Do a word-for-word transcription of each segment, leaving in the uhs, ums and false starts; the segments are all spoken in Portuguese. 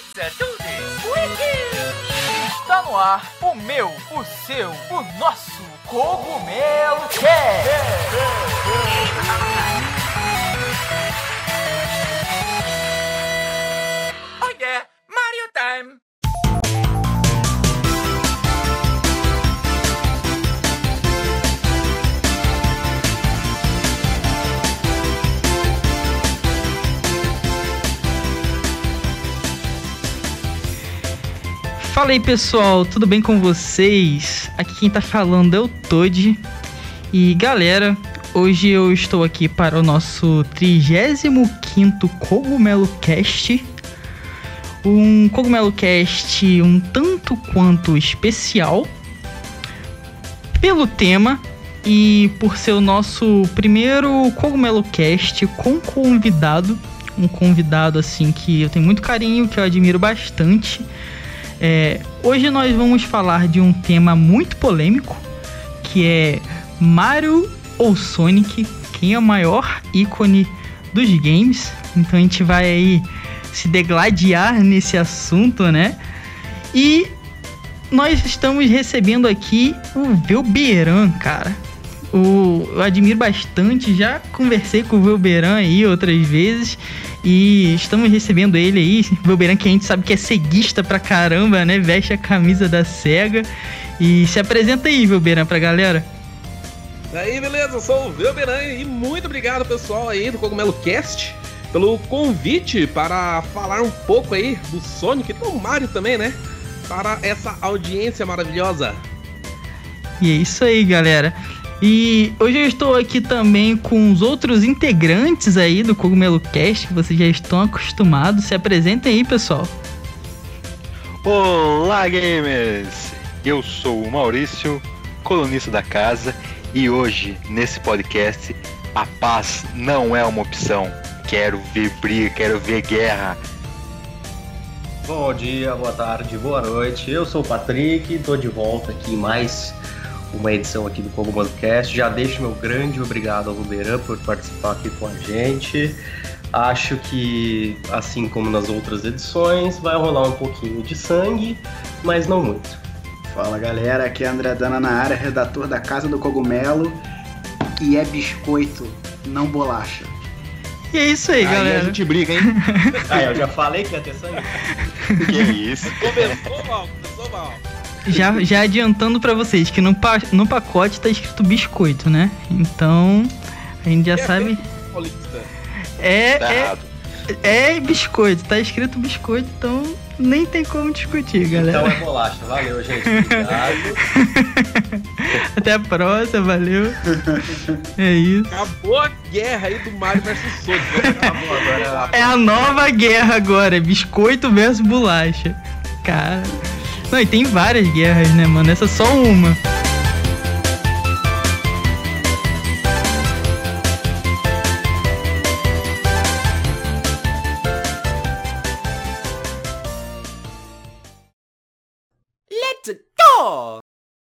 Let's do this! Wiki! Está no ar o meu, o seu, o nosso Cogumelo Cast! Oh yeah, Mario Time! Fala aí pessoal, tudo bem com vocês? Aqui quem tá falando é o Todd. E galera, hoje eu estou aqui para o nosso trigésimo quinto Cogumelo Cast. Um Cogumelo Cast um tanto quanto especial pelo tema e por ser o nosso primeiro Cogumelo Cast com convidado. Um convidado assim que eu tenho muito carinho, que eu admiro bastante. É, hoje nós vamos falar de um tema muito polêmico, que é Mario ou Sonic, quem é o maior ícone dos games. Então a gente vai aí se degladiar nesse assunto, né? E nós estamos recebendo aqui o Velberan, cara. O, eu admiro bastante, já conversei com o Velberan aí outras vezes. E estamos recebendo ele aí, o Velberan, que a gente sabe que é ceguista pra caramba, né? Veste a camisa da SEGA. E se apresenta aí, Velberan, pra galera. E aí, beleza? Eu sou o Velberan e muito obrigado, pessoal, aí do Cogumelo Cast, pelo convite para falar um pouco aí do Sonic e do Mario também, né? Para essa audiência maravilhosa. E é isso aí, galera. E hoje eu estou aqui também com os outros integrantes aí do Cogumelo Cast, que vocês já estão acostumados. Se apresentem aí, pessoal. Olá, gamers! Eu sou o Maurício, colunista da casa, e hoje, nesse podcast, a paz não é uma opção. Quero ver briga, quero ver guerra. Bom dia, boa tarde, boa noite. Eu sou o Patrick, estou de volta aqui em mais uma edição aqui do Cogumelo Cast. Já deixo meu grande obrigado ao Velberan por participar aqui com a gente. Acho que, assim como nas outras edições, vai rolar um pouquinho de sangue, mas não muito. Fala galera, aqui é André Dana na área, redator da Casa do Cogumelo, e é biscoito, não bolacha. E é isso aí, aí galera. A gente briga, hein? Ah, eu já falei que ia ter sangue. Que isso? Começou mal, começou mal. Já, já adiantando pra vocês que no, pa- no pacote tá escrito biscoito, né? Então, a gente já Que é sabe. Paulista. É, Tá é, errado. é biscoito, tá escrito biscoito, então nem tem como discutir, galera. Então é bolacha. Valeu, gente. Obrigado. Até a próxima, valeu. É isso. Acabou a guerra aí do Mario versus Sonic. Acabou agora. É a nova guerra agora, é biscoito versus bolacha. Cara. Não, e tem várias guerras, né, mano? Essa é só uma. Let's go!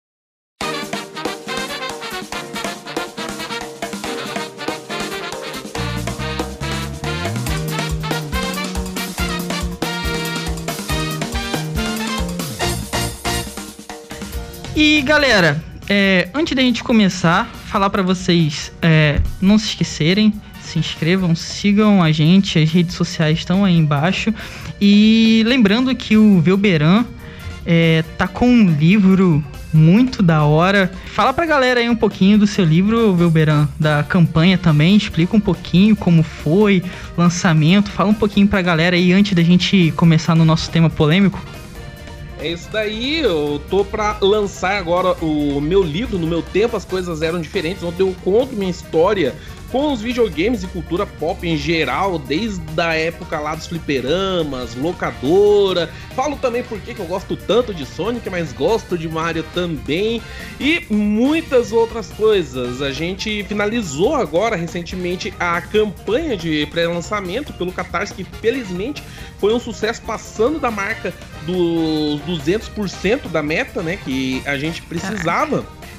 E galera, é, antes da gente começar, falar pra vocês é, não se esquecerem, se inscrevam, sigam a gente, as redes sociais estão aí embaixo. E lembrando que o Velberan é, tá com um livro muito da hora. Fala pra galera aí um pouquinho do seu livro, Velberan, da campanha também, explica um pouquinho como foi, lançamento, fala um pouquinho pra galera aí antes da gente começar no nosso tema polêmico. É isso daí, eu tô pra lançar agora o meu livro, No Meu Tempo As Coisas Eram Diferentes, onde eu conto minha história com os videogames e cultura pop em geral, desde a época lá dos fliperamas, locadora. Falo também por que eu gosto tanto de Sonic, mas gosto de Mario também, e muitas outras coisas. A gente finalizou agora, recentemente, a campanha de pré-lançamento pelo Catarse, que felizmente foi um sucesso, passando da marca dos duzentos por cento da meta, né, que a gente precisava.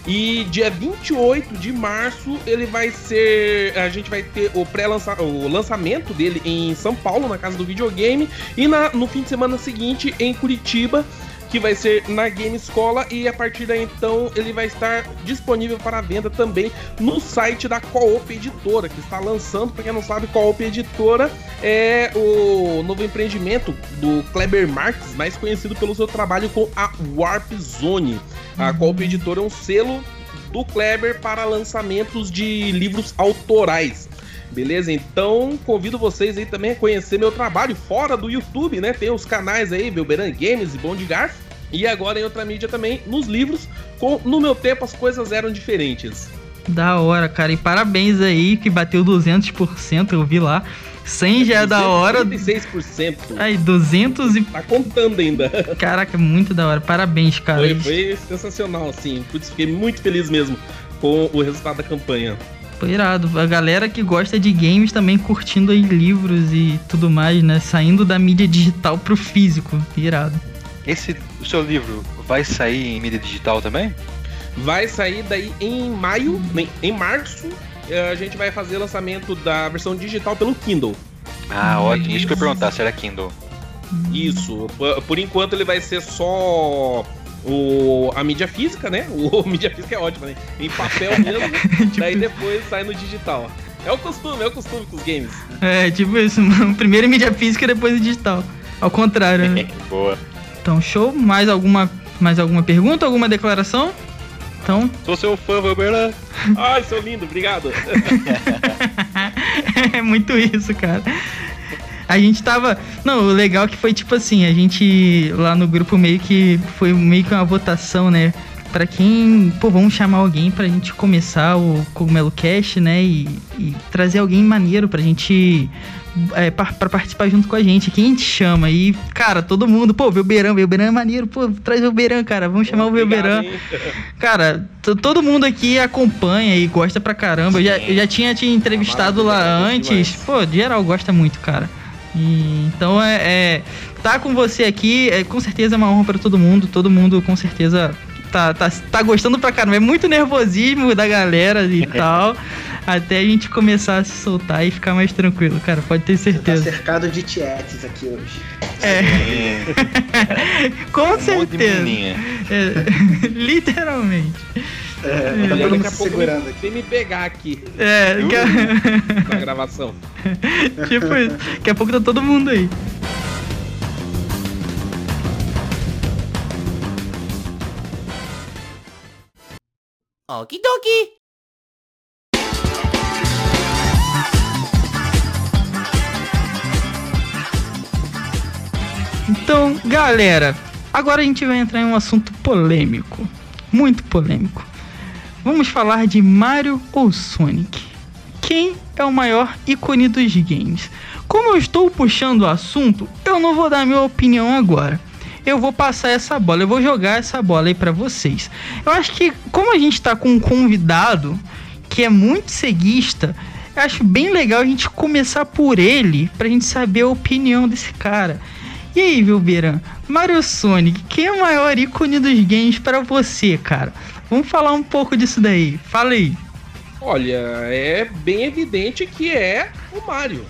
E dia vinte e oito de março ele vai ser... A gente vai ter o pré-lança, o lançamento dele em São Paulo, na Casa do Videogame. E na, no fim de semana seguinte em Curitiba, que vai ser na Game Escola. E a partir daí então ele vai estar disponível para venda também no site da Co-op Editora, que está lançando. Para quem não sabe, Co-op Editora é o novo empreendimento do Kleber Marques, mais conhecido pelo seu trabalho com a Warp Zone. A Co-op Editora é um selo do Kleber para lançamentos de livros autorais. Beleza? Então, convido vocês aí também a conhecer meu trabalho fora do YouTube, né? Tem os canais aí, Velberan Games e Bom de Garfo. E agora em outra mídia também, nos livros, com No Meu Tempo As Coisas Eram Diferentes. Da hora, cara. E parabéns aí, que bateu duzentos por cento, eu vi lá. cem já é da hora. trinta e seis por cento. Aí, duzentos e... Tá contando ainda. Caraca, muito da hora. Parabéns, cara. Foi, foi sensacional, assim. Putz, fiquei muito feliz mesmo com o resultado da campanha. Foi irado. A galera que gosta de games também curtindo aí livros e tudo mais, né? Saindo da mídia digital pro físico. Irado. Esse, o seu livro vai sair em mídia digital também? Vai sair daí em maio, em, em março, a gente vai fazer o lançamento da versão digital pelo Kindle. Ah, ótimo. Isso que eu ia perguntar, se era Kindle. Isso. Por, por enquanto ele vai ser só o, a mídia física, né? O a mídia física é ótima, né? Em papel mesmo, tipo... daí depois sai no digital. É o costume, é o costume com os games. É, tipo isso. Primeiro mídia física e depois digital. Ao contrário, né? Boa. Então, show. Mais alguma, mais alguma pergunta, alguma declaração? Então... Sou seu fã, Velberan. Ai, seu lindo, obrigado. É muito isso, cara. A gente tava... Não, o legal que foi tipo assim, a gente lá no grupo meio que... Foi meio que uma votação, né? Pra quem... Pô, vamos chamar alguém pra gente começar o Cogumelo Cast, né? E, e trazer alguém maneiro pra gente... É, pra, pra participar junto com a gente. Quem a gente chama? E, cara, todo mundo, pô, Velberan, Velberan é maneiro, pô, traz o Velberan, cara, vamos chamar Obrigado, o Velberan. Cara, t- todo mundo aqui acompanha e gosta pra caramba. Eu já, eu já tinha te entrevistado ah, lá antes. Demais. Pô, geral gosta muito, cara. E, então, é, é. Tá com você aqui, é, com certeza é uma honra pra todo mundo. Todo mundo, com certeza, tá, tá, tá gostando pra caramba. É muito nervosismo da galera e tal. Até a gente começar a se soltar e ficar mais tranquilo, cara, pode ter certeza. Você tá cercado de tietes aqui hoje. É. Com um certeza. É. Literalmente. É, tá todo mundo se segurando aqui. Vem me pegar aqui. É, uh, na gravação. Tipo isso. Daqui a pouco tá todo mundo aí. Okidoki! Então, galera, agora a gente vai entrar em um assunto polêmico, muito polêmico. Vamos falar de Mario ou Sonic. Quem é o maior ícone dos games? Como eu estou puxando o assunto, eu não vou dar minha opinião agora. Eu vou passar essa bola, eu vou jogar essa bola aí pra vocês. Eu acho que, como a gente tá com um convidado que é muito ceguista, eu acho bem legal a gente começar por ele, pra gente saber a opinião desse cara. E aí, Velberan, Mario ou Sonic, quem é o maior ícone dos games pra você, cara? Vamos falar um pouco disso daí, fala aí. Olha, é bem evidente que é o Mario.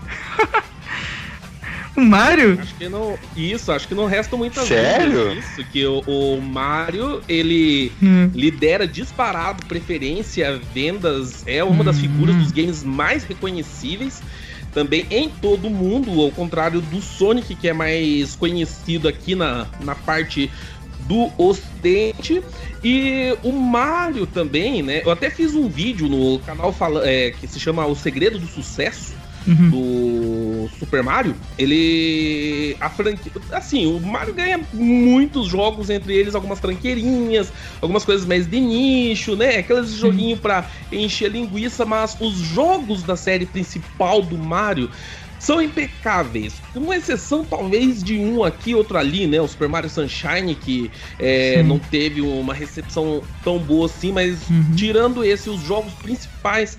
O Mario? Acho que não. Isso, acho que não resta muitas Sério? dúvidas disso. Que o, o Mario, ele hum. lidera disparado preferência, vendas, é uma hum. das figuras dos games mais reconhecíveis. Também em todo o mundo, ao contrário do Sonic, que é mais conhecido aqui na, na parte do Ocidente. E o Mario também, né? Eu até fiz um vídeo no canal fala, é, que se chama O Segredo do Sucesso. Uhum. Do Super Mario. Ele... A franquia... Assim, o Mario ganha muitos jogos, entre eles algumas tranqueirinhas, algumas coisas mais de nicho, né? Aqueles joguinhos pra encher linguiça, mas os jogos da série principal do Mario são impecáveis, com exceção talvez de um aqui, outro ali, né? O Super Mario Sunshine, que é, não teve uma recepção tão boa assim, mas uhum. tirando esse, os jogos principais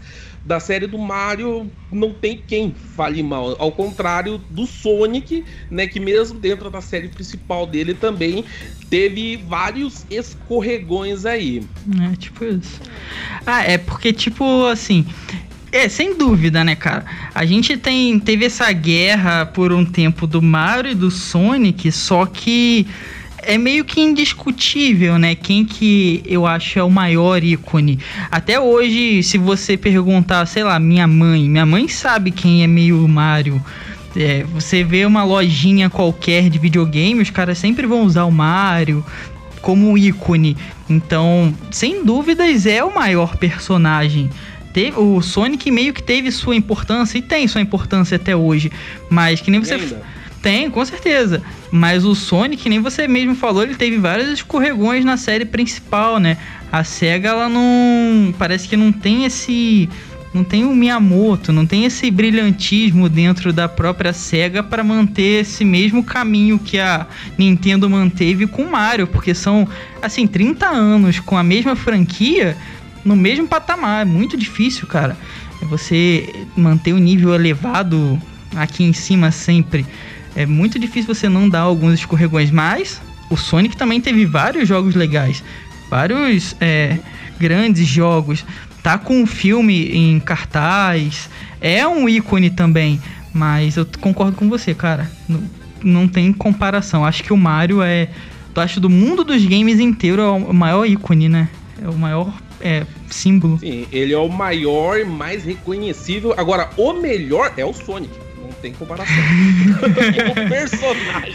da série do Mario não tem quem fale mal, ao contrário do Sonic, né, que mesmo dentro da série principal dele também teve vários escorregões aí. É, tipo isso. Ah, é porque, tipo, assim... É, sem dúvida, né, cara? A gente tem, teve essa guerra por um tempo do Mario e do Sonic, só que é meio que indiscutível, né? Quem que eu acho é o maior ícone. Até hoje, se você perguntar, sei lá, minha mãe, minha mãe sabe quem é meio Mario. É, você vê uma lojinha qualquer de videogame, os caras sempre vão usar o Mario como ícone. Então, sem dúvidas, é o maior personagem. Teve, o Sonic meio que teve sua importância, e tem sua importância até hoje, mas que nem você... Tem, com certeza. Mas o Sonic, que nem você mesmo falou, ele teve vários escorregões na série principal, né? A SEGA, ela não... Parece que não tem esse... Não tem o Miyamoto, não tem esse brilhantismo dentro da própria SEGA para manter esse mesmo caminho que a Nintendo manteve com o Mario, porque são, assim, trinta anos com a mesma franquia no mesmo patamar. É muito difícil, cara, você manter o nível elevado aqui em cima sempre. É muito difícil você não dar alguns escorregões, mas o Sonic também teve vários jogos legais, vários é, grandes jogos. Tá com um filme em cartaz, é um ícone também, mas eu concordo com você, cara, não, não tem comparação. Acho que o Mario é, eu acho, do mundo dos games inteiro, é o maior ícone, né? É o maior é, símbolo. Sim, ele é o maior e mais reconhecível. Agora, o melhor é o Sonic, não tem comparação. O personagem.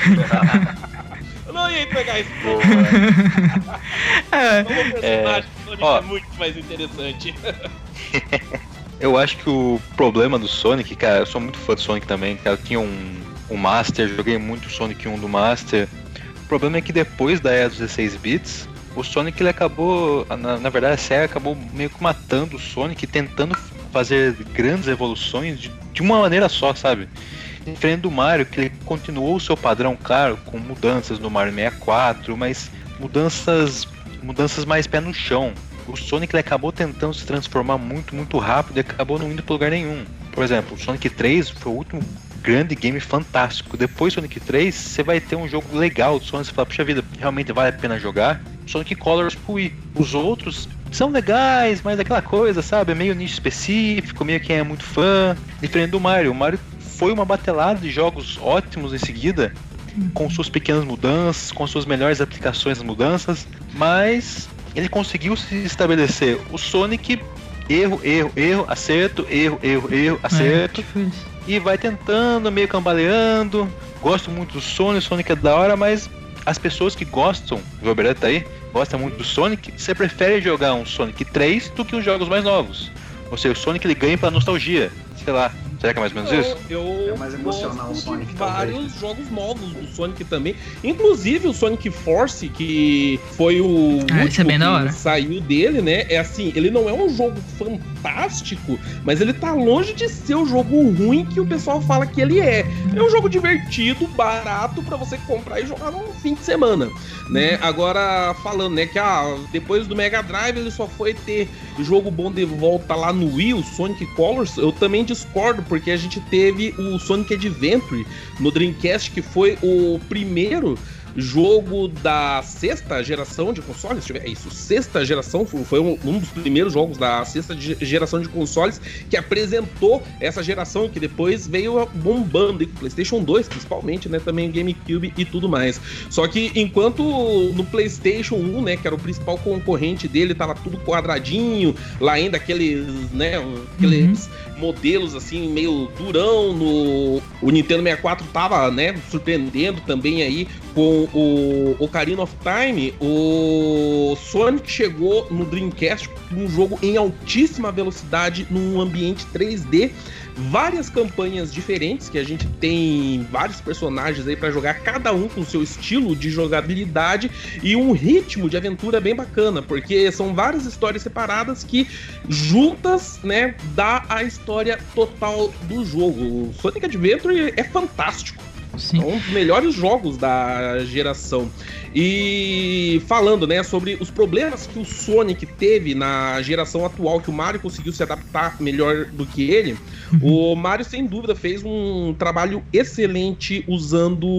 Eu não ia pegar esse povo, né? É, Como personagem, é, Sonic ó, é muito mais interessante. Eu acho que o problema do Sonic, cara, eu sou muito fã do Sonic também, cara. Eu tinha um, um Master, joguei muito Sonic um do Master. O problema é que depois da era dos dezesseis bits, o Sonic, ele acabou, na, na verdade a SEGA acabou meio que matando o Sonic, tentando fazer grandes evoluções de, de uma maneira só, sabe? Diferente do Mario, que ele continuou o seu padrão, claro, com mudanças no Mario sessenta e quatro, mas mudanças, mudanças mais pé no chão. O Sonic, ele acabou tentando se transformar muito, muito rápido e acabou não indo para lugar nenhum. Por exemplo, o Sonic três foi o último grande game fantástico. Depois do Sonic três, você vai ter um jogo legal do Sonic, você fala, puxa vida, realmente vale a pena jogar? Sonic Colors pro Wii. Os outros são legais, mas aquela coisa, sabe? É meio nicho específico, meio quem é muito fã. Diferente do Mario. O Mario foi uma batelada de jogos ótimos em seguida, com suas pequenas mudanças, com suas melhores aplicações das mudanças, mas ele conseguiu se estabelecer. O Sonic, erro, erro, erro, acerto, erro, erro, erro, acerto, é, e vai tentando, meio cambaleando. Gosto muito do Sonic, o Sonic é da hora, mas as pessoas que gostam, o Roberto tá aí, gostam muito do Sonic, você prefere jogar um Sonic três do que os jogos mais novos. Ou seja, o Sonic, ele ganha pela nostalgia, sei lá. Será que é mais ou menos eu, isso? Eu é mais emocional o Sonic. Vários talvez. jogos novos do Sonic também. Inclusive o Sonic Force, que foi o ah, último é bem da hora. que saiu dele, né? É assim, ele não é um jogo fantástico, mas ele tá longe de ser o jogo ruim que o pessoal fala que ele é. É um jogo divertido, barato, pra você comprar e jogar no fim de semana, né? Agora, falando, né, que ah, depois do Mega Drive ele só foi ter jogo bom de volta lá no Wii, o Sonic Colors, eu também discordo, porque a gente teve o Sonic Adventure no Dreamcast, que foi o primeiro jogo da sexta geração de consoles, deixa eu ver, é isso, sexta geração, foi um, um dos primeiros jogos da sexta geração de consoles que apresentou essa geração que depois veio bombando com o PlayStation dois, principalmente, né, também o GameCube e tudo mais. Só que enquanto no PlayStation um, né, que era o principal concorrente dele, tava tudo quadradinho, lá ainda aqueles, né, aqueles uhum. modelos assim, meio durão, no o Nintendo sessenta e quatro tava, né, surpreendendo também aí com o Ocarina of Time. O Sonic chegou no Dreamcast com um jogo em altíssima velocidade, num ambiente três D, várias campanhas diferentes, que a gente tem vários personagens aí pra jogar, cada um com seu estilo de jogabilidade e um ritmo de aventura bem bacana, porque são várias histórias separadas que juntas, né, dá a história total do jogo. O Sonic Adventure é fantástico. Sim. É um dos melhores jogos da geração. E falando, né, sobre os problemas que o Sonic teve na geração atual, que o Mario conseguiu se adaptar melhor do que ele, uhum. o Mario, sem dúvida, fez um trabalho excelente usando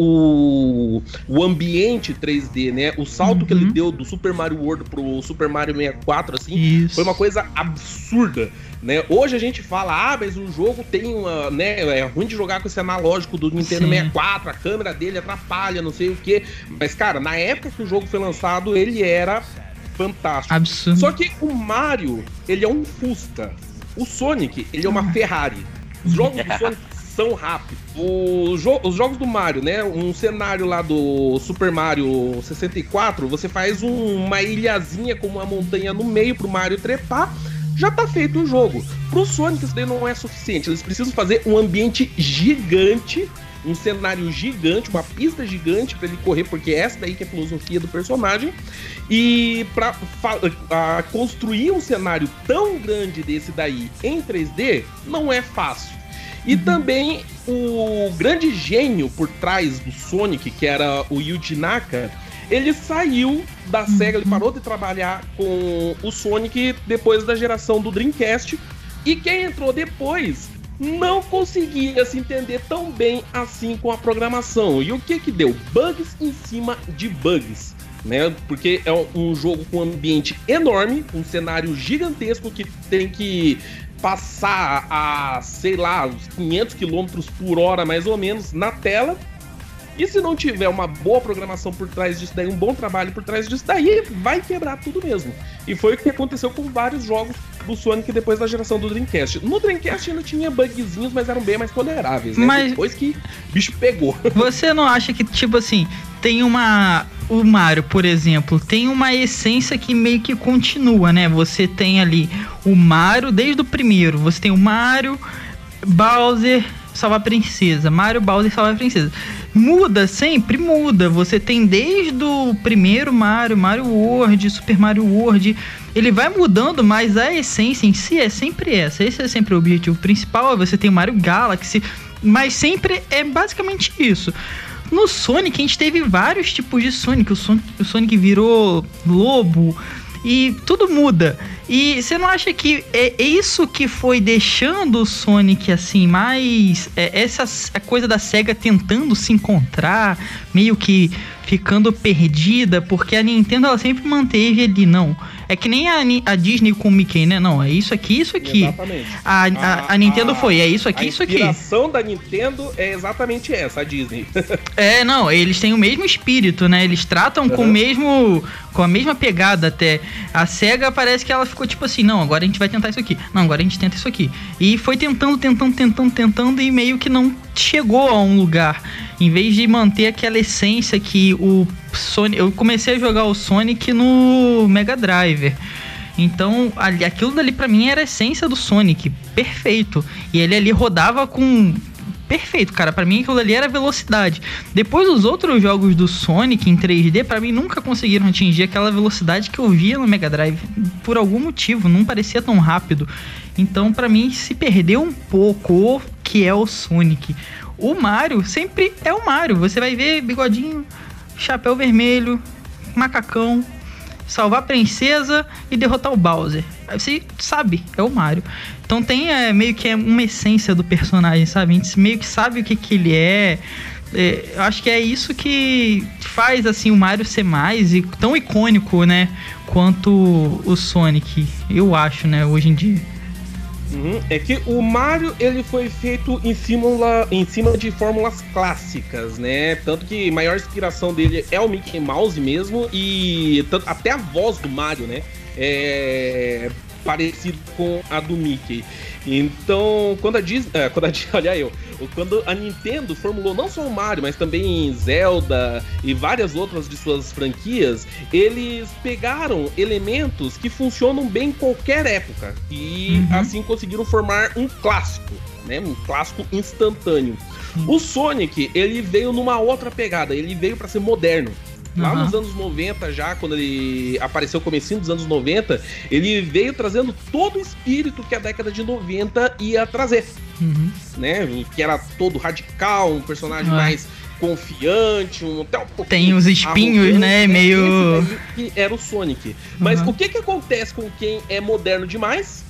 o, o ambiente três D, né? O salto uhum. que ele deu do Super Mario World pro Super Mario sessenta e quatro, assim, Isso. foi uma coisa absurda. Né? Hoje a gente fala, ah, mas o jogo tem uma, né, é ruim de jogar com esse analógico do Nintendo Sim. sessenta e quatro, a câmera dele atrapalha, não sei o que. Mas, cara, na época que o jogo foi lançado, ele era fantástico. Absurdo. Só que o Mario, ele é um Fusca. O Sonic, ele é uma Ferrari. Os jogos do Sonic são rápidos. O jo- os jogos do Mario, né? Um cenário lá do Super Mario sessenta e quatro, você faz um, uma ilhazinha com uma montanha no meio pro Mario trepar. Já tá feito o jogo. Pro Sonic isso daí não é suficiente. Eles precisam fazer um ambiente gigante, um cenário gigante, uma pista gigante pra ele correr, porque essa daí que é a filosofia do personagem. E pra fa- a construir um cenário tão grande desse daí em três D não é fácil. E também o grande gênio por trás do Sonic, que era o Yuji Naka, ele saiu da SEGA, ele parou de trabalhar com o Sonic depois da geração do Dreamcast. E quem entrou depois não conseguia se entender tão bem assim com a programação. E o que que deu? Bugs em cima de bugs, né? Porque é um jogo com um ambiente enorme, um cenário gigantesco que tem que passar a, sei lá, uns quinhentos quilômetros por hora mais ou menos na tela. E se não tiver uma boa programação por trás disso daí, um bom trabalho por trás disso daí, vai quebrar tudo mesmo. E foi o que aconteceu com vários jogos do Sonic depois da geração do Dreamcast. No Dreamcast ainda tinha bugzinhos, mas eram bem mais toleráveis, né? Mas depois que o bicho pegou. Você não acha que, tipo assim, tem uma... O Mario, por exemplo, tem uma essência que meio que continua, né? Você tem ali o Mario desde o primeiro. Você tem o Mario, Bowser, salvar a princesa. Mario, Bowser, salvar a princesa. Muda, sempre muda. Você tem desde o primeiro Mario, Mario World, Super Mario World. Ele vai mudando, mas a essência em si é sempre essa. Esse é sempre o objetivo principal. Você tem o Mario Galaxy, mas sempre é basicamente isso. No Sonic, a gente teve vários tipos de Sonic. O Sonic, o Sonic virou lobo e tudo muda. E você não acha que é isso que foi deixando o Sonic assim, mais... É, essa a coisa da SEGA tentando se encontrar, meio que ficando perdida, porque a Nintendo ela sempre manteve ali, não... É que nem a, a Disney com o Mickey, né? Não, é isso aqui, isso aqui. Exatamente. A, a, a Nintendo a, foi, é isso aqui, isso aqui. A inspiração da Nintendo é exatamente essa, a Disney. É, não, eles têm o mesmo espírito, né? Eles tratam uhum. com o mesmo... Com a mesma pegada até. A SEGA parece que ela ficou tipo assim, não, agora a gente vai tentar isso aqui. Não, agora a gente tenta isso aqui. E foi tentando, tentando, tentando, tentando e meio que não chegou a um lugar. Em vez de manter aquela essência que o Sonic... Eu comecei a jogar o Sonic no Mega Drive. Então, ali, aquilo dali pra mim era a essência do Sonic. Perfeito. E ele ali rodava com... Perfeito, cara. Pra mim aquilo ali era velocidade. Depois os outros jogos do Sonic em três D, pra mim nunca conseguiram atingir aquela velocidade que eu via no Mega Drive. Por algum motivo, não parecia tão rápido. Então pra mim se perdeu um pouco o que é o Sonic. O Mario sempre é o Mario. Você vai ver bigodinho, chapéu vermelho, macacão, salvar a princesa e derrotar o Bowser. Aí você sabe, é o Mario. Então tem é, meio que é uma essência do personagem, sabe? A gente meio que sabe o que, que ele é. é. Eu acho que é isso que faz assim o Mario ser mais e tão icônico, né? Quanto o Sonic, eu acho, né? Hoje em dia. Uhum. É que o Mario ele foi feito em cima, em cima de fórmulas clássicas, né? Tanto que a maior inspiração dele é o Mickey Mouse mesmo. E tanto, até a voz do Mario, né? É parecido com a do Mickey. Então, quando a Disney, é, quando a, olha eu, quando a Nintendo formulou não só o Mario, mas também Zelda e várias outras de suas franquias, eles pegaram elementos que funcionam bem em qualquer época e uhum. assim conseguiram formar um clássico, né? Um clássico instantâneo. Uhum. O Sonic, ele veio numa outra pegada, ele veio para ser moderno. Lá Uhum. nos anos noventa já, quando ele apareceu comecinho dos anos noventa, ele veio trazendo todo o espírito que a década de noventa ia trazer, Uhum. né? Que era todo radical, um personagem É. mais confiante, um, até um pouquinho Tem os espinhos, arrogante, né, meio- Esse daí que era o Sonic. Mas Uhum. o que que acontece com quem é moderno demais?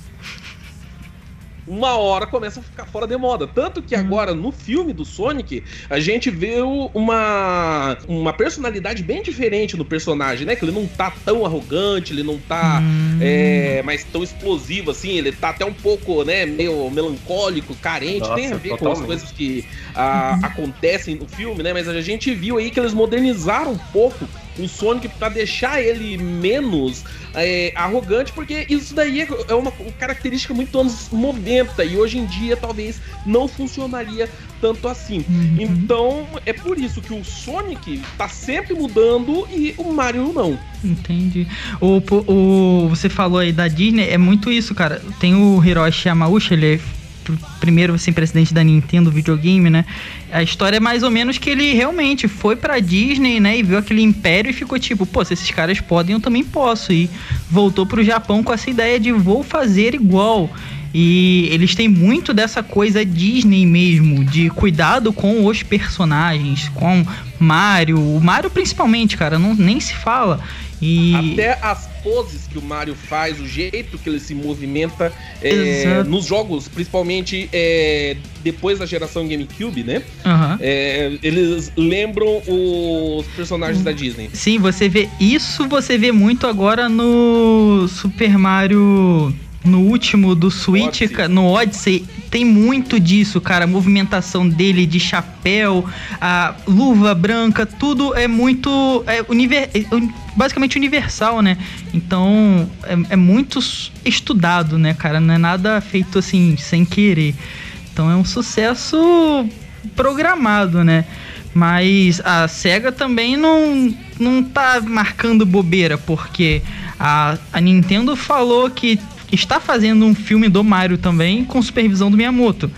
Uma hora começa a ficar fora de moda. Tanto que agora, no filme do Sonic, a gente vê o- uma, uma personalidade bem diferente no personagem, né? Que ele não tá tão arrogante, ele não tá Hum. é, mais tão explosivo assim, ele tá até um pouco, né, meio melancólico, carente. Nossa, Tem a ver com as totalmente. coisas que ah, acontecem no filme, né? Mas a gente viu aí que eles modernizaram um pouco o Sonic pra deixar ele menos é, arrogante, porque isso daí é é uma característica muito anos noventa e hoje em dia talvez não funcionaria tanto assim. Uhum. Então é por isso que o Sonic tá sempre mudando e o Mario não. Entendi. O, o, você falou aí da Disney, é muito isso, cara. Tem o Hiroshi Yamauchi, ele é pr- primeiro assim, presidente da Nintendo videogame, né? A história é mais ou menos que ele realmente foi pra Disney, né? E viu aquele império e ficou tipo, pô, se esses caras podem, eu também posso. E voltou pro Japão com essa ideia de vou fazer igual. E eles têm muito dessa coisa Disney mesmo, de cuidado com os personagens, com Mario, o Mario principalmente, cara, não, nem se fala. E Até as poses que o Mario faz, o jeito que ele se movimenta é, Exato. nos jogos, principalmente é, depois da geração GameCube, né? Aham. É, eles lembram os personagens da Disney. Sim, você vê isso, você vê muito agora no Super Mario, no último do Switch, Odyssey. ca- no Odyssey, tem muito disso, cara, a movimentação dele de chapéu, a luva branca, tudo é muito, é univer- é uni- basicamente universal, né? Então, é, é muito s- estudado, né, cara, não é nada feito assim, sem querer. Então é um sucesso programado, né? Mas a SEGA também não, não tá marcando bobeira, porque a, a Nintendo falou que está fazendo um filme do Mario também com supervisão do Miyamoto.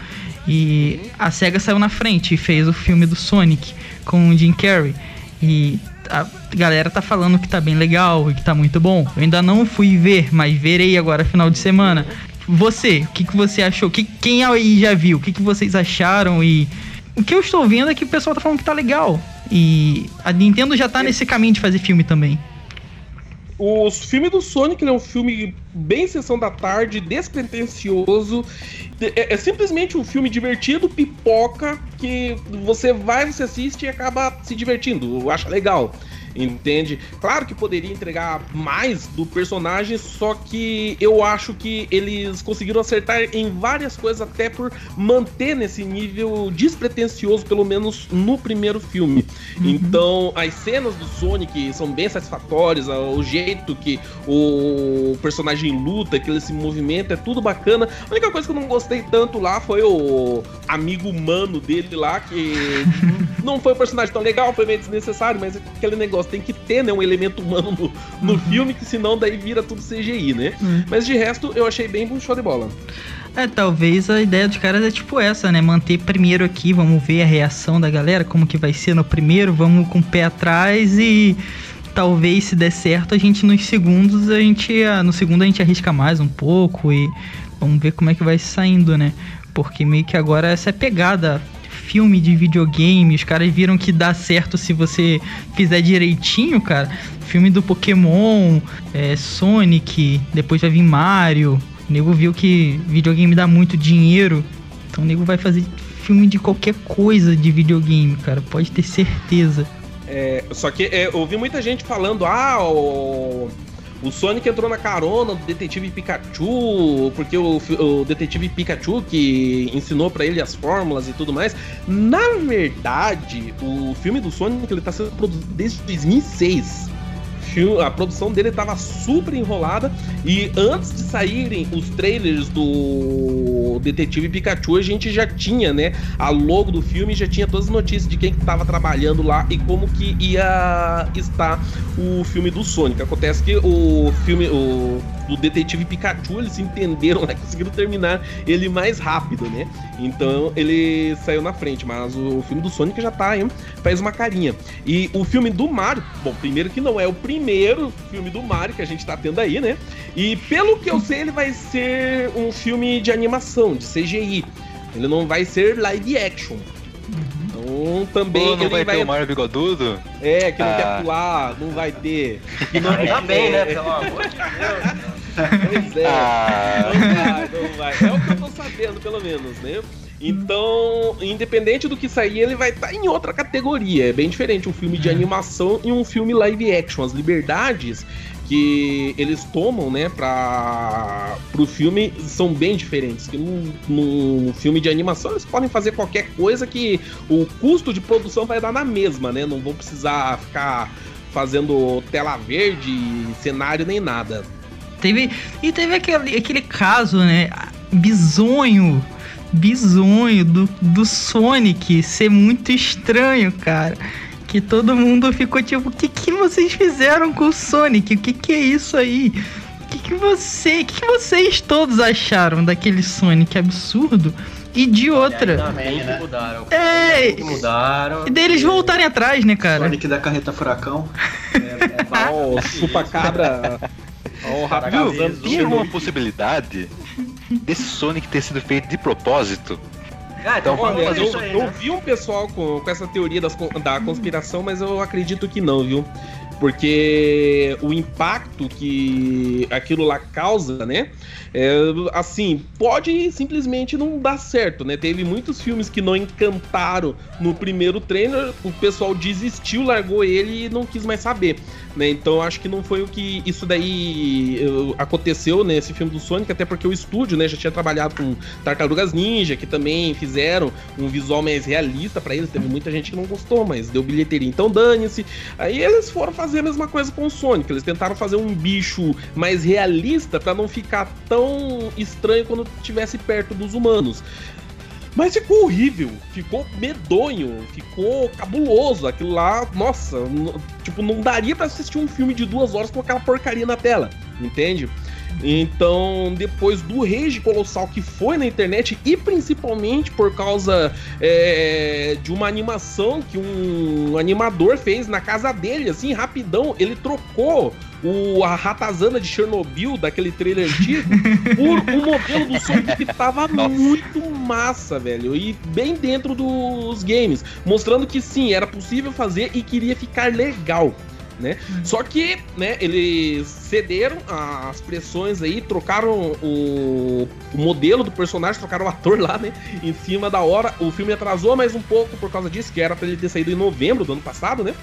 E a SEGA saiu na frente e fez o filme do Sonic com o Jim Carrey. E a galera tá falando que tá bem legal e que tá muito bom. Eu ainda não fui ver, mas verei agora final de semana. Você, o que, que você achou? Que, quem aí já viu? O que, que vocês acharam? E o que eu estou vendo é que o pessoal tá falando que tá legal. E a Nintendo já tá nesse caminho de fazer filme também. O filme do Sonic ele é um filme bem sessão da tarde, despretensioso. É, é simplesmente um filme divertido, pipoca, que você vai, você assiste e acaba se divertindo. Acha legal. Entende? Claro que poderia entregar mais do personagem, só que eu acho que eles conseguiram acertar em várias coisas, até por manter nesse nível despretensioso, pelo menos no primeiro filme. Uhum. Então, as cenas do Sonic são bem satisfatórias, o jeito que o personagem luta, que ele se movimenta, é tudo bacana. A única coisa que eu não gostei tanto lá foi o amigo humano dele lá, que não foi um personagem tão legal, foi meio desnecessário, mas aquele negócio tem que ter, né, um elemento humano no, no Uhum. filme, que senão daí vira tudo C G I, né? Uhum. Mas de resto, eu achei bem um show de bola. É, talvez a ideia dos caras é tipo essa, né? Manter primeiro aqui, vamos ver a reação da galera, como que vai ser no primeiro, vamos com o pé atrás e talvez se der certo a gente nos segundos, a gente, ah, no segundo a gente arrisca mais um pouco e vamos ver como é que vai saindo, né? Porque meio que agora essa é pegada, filme de videogame, os caras viram que dá certo se você fizer direitinho, cara. Filme do Pokémon, é, Sonic, depois vai vir Mario. O nego viu que videogame dá muito dinheiro, então o nego vai fazer filme de qualquer coisa de videogame, cara, pode ter certeza. É, só que é, eu ouvi muita gente falando, ah, o, o Sonic entrou na carona do Detetive Pikachu, porque o, o Detetive Pikachu que ensinou pra ele as fórmulas e tudo mais. Na verdade, o filme do Sonic ele tá sendo produzido desde dois mil e seis. O filme, a produção dele tava super enrolada e antes de saírem os trailers do Detetive Pikachu, a gente já tinha, né, a logo do filme, já tinha todas as notícias de quem que tava trabalhando lá e como que ia estar o filme do Sonic. Acontece que o filme o, do Detetive Pikachu, eles entenderam, né, conseguiram terminar ele mais rápido, né? Então ele saiu na frente, mas o, o filme do Sonic já tá aí, faz uma carinha. E o filme do Mario, bom, primeiro que não é o primeiro filme do Mario que a gente tá tendo aí, né? E pelo que eu sei, ele vai ser um filme de animação, de C G I. Ele não vai ser live action. Então também. Pô, não ele vai, vai ter o Mario bigodudo? É, que não Ah. quer pular, não vai ter. Que não Ainda bem, né? é, Pelo amor de Deus. Pois é. Ah. Não vai, não vai. É o que eu tô sabendo, pelo menos, né? Então, independente do que sair, ele vai estar em outra categoria. É bem diferente um filme de animação e um filme live action. As liberdades que eles tomam, né, para pro filme são bem diferentes. Que num, num filme de animação eles podem fazer qualquer coisa que o custo de produção vai dar na mesma, né? Não vão precisar ficar fazendo tela verde, cenário nem nada. Teve, e teve aquele, aquele caso, né, bizonho, bizonho do, do Sonic ser muito estranho, cara. Que todo mundo ficou tipo, o que, que vocês fizeram com o Sonic? O que, que é isso aí? O que, que você, o que, que vocês todos acharam daquele Sonic absurdo? E de outra. Ainda bem que mudaram. É. Ainda bem que mudaram. E deles voltarem atrás, né, cara? Sonic da Carreta Furacão. É, é Ah, o chupa-cabra. Ó, o Caraca, rapaz viu? usando Tinha uma possibilidade desse Sonic ter sido feito de propósito? Ah, então vamos Olha, fazer eu, isso aí, eu né? vi um pessoal com, com essa teoria das, con- da conspiração, mas eu acredito que não, viu? Porque o impacto que aquilo lá causa, né? É, assim, pode simplesmente não dar certo, né? Teve muitos filmes que não encantaram no primeiro trailer, o pessoal desistiu, largou ele e não quis mais saber, né? Então acho que não foi o que isso daí uh, aconteceu nesse filme do Sonic, até porque o estúdio, né, já tinha trabalhado com Tartarugas Ninja, que também fizeram um visual mais realista pra eles. Teve muita gente que não gostou, mas deu bilheteria, então dane-se. Aí eles foram fazer a mesma coisa com o Sonic, eles tentaram fazer um bicho mais realista pra não ficar tão estranho quando estivesse perto dos humanos. Mas ficou horrível, ficou medonho, ficou cabuloso. Aquilo lá, nossa, n- tipo, não daria pra assistir um filme de duas horas com aquela porcaria na tela, entende? Então, depois do rage colossal que foi na internet, e principalmente por causa é, de uma animação que um animador fez na casa dele, assim, rapidão, ele trocou o, a ratazana de Chernobyl, daquele trailer antigo, por um modelo do Sonic que tava Nossa. muito massa, velho, e bem dentro dos games, mostrando que sim, era possível fazer e queria ficar legal. Né? Só que, né, eles cederam às pressões aí, trocaram o, o modelo do personagem, trocaram o ator lá, né, em cima da hora. O filme atrasou mais um pouco por causa disso, que era pra ele ter saído em novembro do ano passado, né?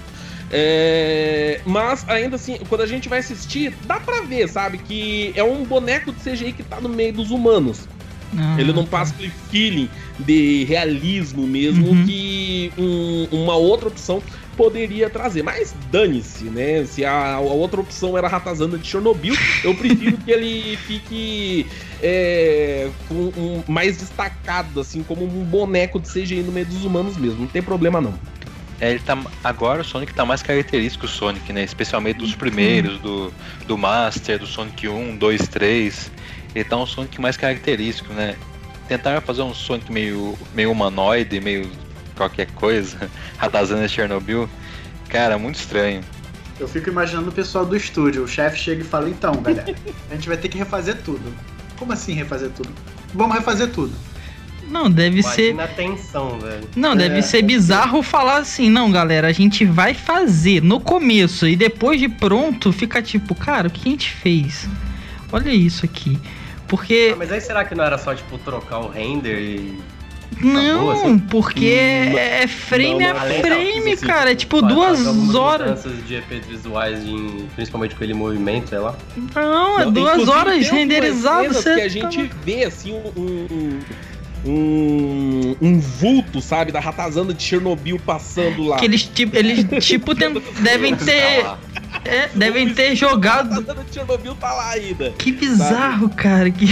É, mas ainda assim, quando a gente vai assistir, dá pra ver, sabe, que é um boneco de C G I que tá no meio dos humanos. Ah, Ele não passa aquele feeling de realismo mesmo, Uhum. que um- uma outra opção poderia trazer. Mas dane-se, né? Se a, a outra opção era a ratazana de Chernobyl, eu prefiro que ele fique é, com um, mais destacado, assim, como um boneco de C G I no meio dos humanos mesmo. Não tem problema, não. É, ele tá, agora o Sonic tá mais característico, o Sonic, né? Especialmente dos primeiros, do, do Master, do Sonic um, dois, três. Ele tá um Sonic mais característico, né? Tentaram fazer um Sonic meio, meio humanoide, meio qualquer coisa, ratazana de Chernobyl. Cara, muito estranho. Eu fico imaginando o pessoal do estúdio. O chefe chega e fala, então, galera, a gente vai ter que refazer tudo. Como assim refazer tudo? Vamos refazer tudo. Não, deve ser. Imagina a tensão, velho. Não, É. deve ser bizarro falar assim, não, galera, a gente vai fazer no começo e depois de pronto fica tipo, cara, o que a gente fez? Olha isso aqui. Porque. Ah, mas aí será que não era só, tipo, trocar o render e... Não, assim? porque é frame Não, não, a Além da- frame, assim, cara. É tipo faz- duas faz algumas horas. mudanças de efeitos visuais, em- principalmente com ele em movimento, sei lá. Não, é Não, duas inclusive, horas tem algumas renderizado. cenas Você que a gente vê, assim, um... um... um, um vulto, sabe, da ratazana de Chernobyl passando lá. Que eles tipo, eles tipo tem- devem ter É, devem ter jogado. A Chernobyl tá lá ainda. Que bizarro, sabe? Cara. Que...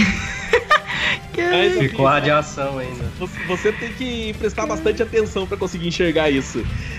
Mas, ficou a radiação ainda. Você, você tem que prestar bastante atenção pra conseguir enxergar isso.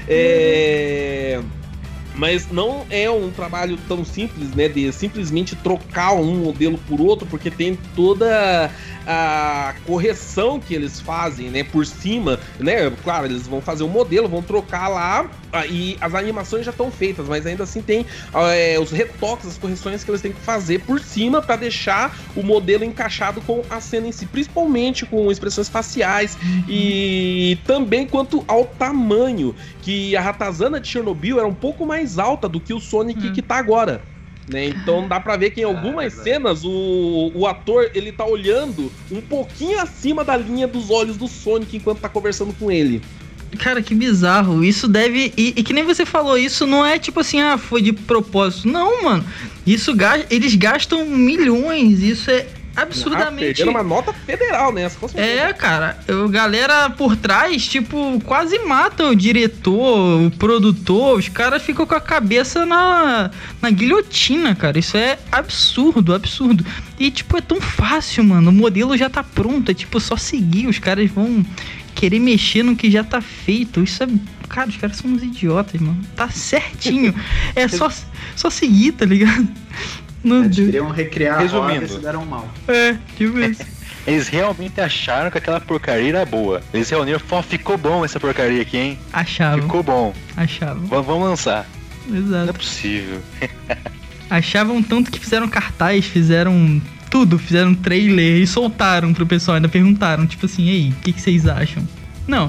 É... Mas não é um trabalho tão simples, né, de simplesmente trocar um modelo por outro, porque tem toda a correção que eles fazem, né, por cima, né, claro, eles vão fazer um modelo, vão trocar lá, e as animações já estão feitas, mas ainda assim tem é, os retoques, as correções que eles têm que fazer por cima para deixar o modelo encaixado com a cena em si, principalmente com expressões faciais e também quanto ao tamanho, que a Ratazana de Chernobyl era um pouco mais alta do que o Sonic hum. que tá agora. Né? Então dá pra ver que em algumas ah, cenas o, o ator ele tá olhando um pouquinho acima da linha dos olhos do Sonic enquanto tá conversando com ele. Cara, que bizarro. Isso deve... E, e que nem você falou, isso não é tipo assim, ah, foi de propósito. Não, mano. Isso eles gastam milhões. Isso é absurdamente... Ah, perderam uma nota federal nessa. É, cara. A galera por trás, tipo, quase mata o diretor, o produtor. Os caras ficam com a cabeça na, na guilhotina, cara. Isso é absurdo, absurdo. E, tipo, é tão fácil, mano. O modelo já tá pronto. É, tipo, só seguir. Os caras vão querer mexer no que já tá feito. Isso é... Cara, os caras são uns idiotas, mano. Tá certinho. É só, só seguir, tá ligado? Não Eles queriam recriar a roda e se deram mal. É, tipo isso. Eles realmente acharam que aquela porcaria era boa. Eles reuniram e falaram, ficou bom essa porcaria aqui, hein? Achavam. Ficou bom. Achavam. V- vamos lançar. Exato. Não é possível. Achavam tanto que fizeram cartaz, fizeram tudo, fizeram trailer e soltaram pro pessoal. Ainda perguntaram, tipo assim, ei, o que, que vocês acham? Não,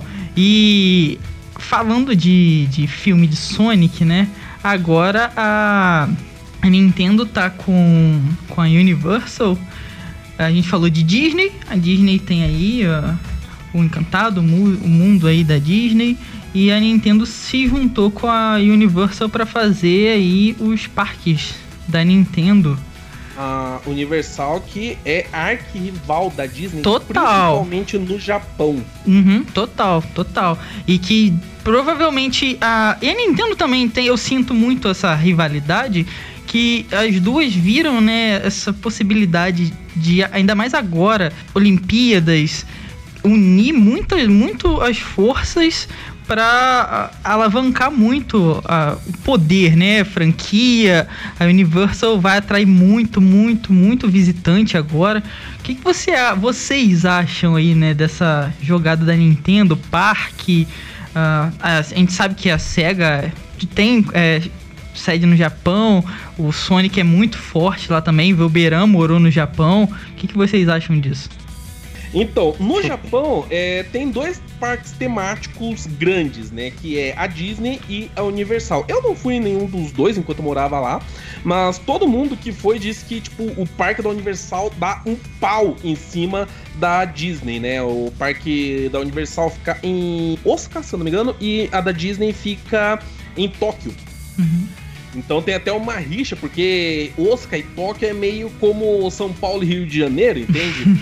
e falando de, de filme de Sonic, né? Agora a... A Nintendo tá com, com a Universal. A gente falou de Disney. A Disney tem aí uh, o Encantado, o, mu- o mundo aí da Disney. E a Nintendo se juntou com a Universal para fazer aí os parques da Nintendo. A Universal, que é arquirrival da Disney, total. Principalmente no Japão. Uhum, total, total. E que provavelmente a... E a Nintendo também tem, eu sinto muito essa rivalidade, que as duas viram, né, essa possibilidade de, ainda mais agora, Olimpíadas, unir muito, muito as forças para alavancar muito uh, o poder, né, franquia. A Universal vai atrair muito, muito, muito visitante agora. O que, que você, vocês acham aí, né, dessa jogada da Nintendo, parque? Uh, a, a gente sabe que a SEGA tem... É, sede no Japão, o Sonic é muito forte lá também, o Velberan morou no Japão. O que, que vocês acham disso? Então, no Japão, é, tem dois parques temáticos grandes, né? Que é a Disney e a Universal. Eu não fui em nenhum dos dois enquanto eu morava lá, mas todo mundo que foi disse que, tipo, o parque da Universal dá um pau em cima da Disney, né? O parque da Universal fica em Osaka, se eu não me engano, e a da Disney fica em Tóquio. Uhum. Então tem até uma rixa, porque Osaka e Tóquio é meio como São Paulo e Rio de Janeiro, entende?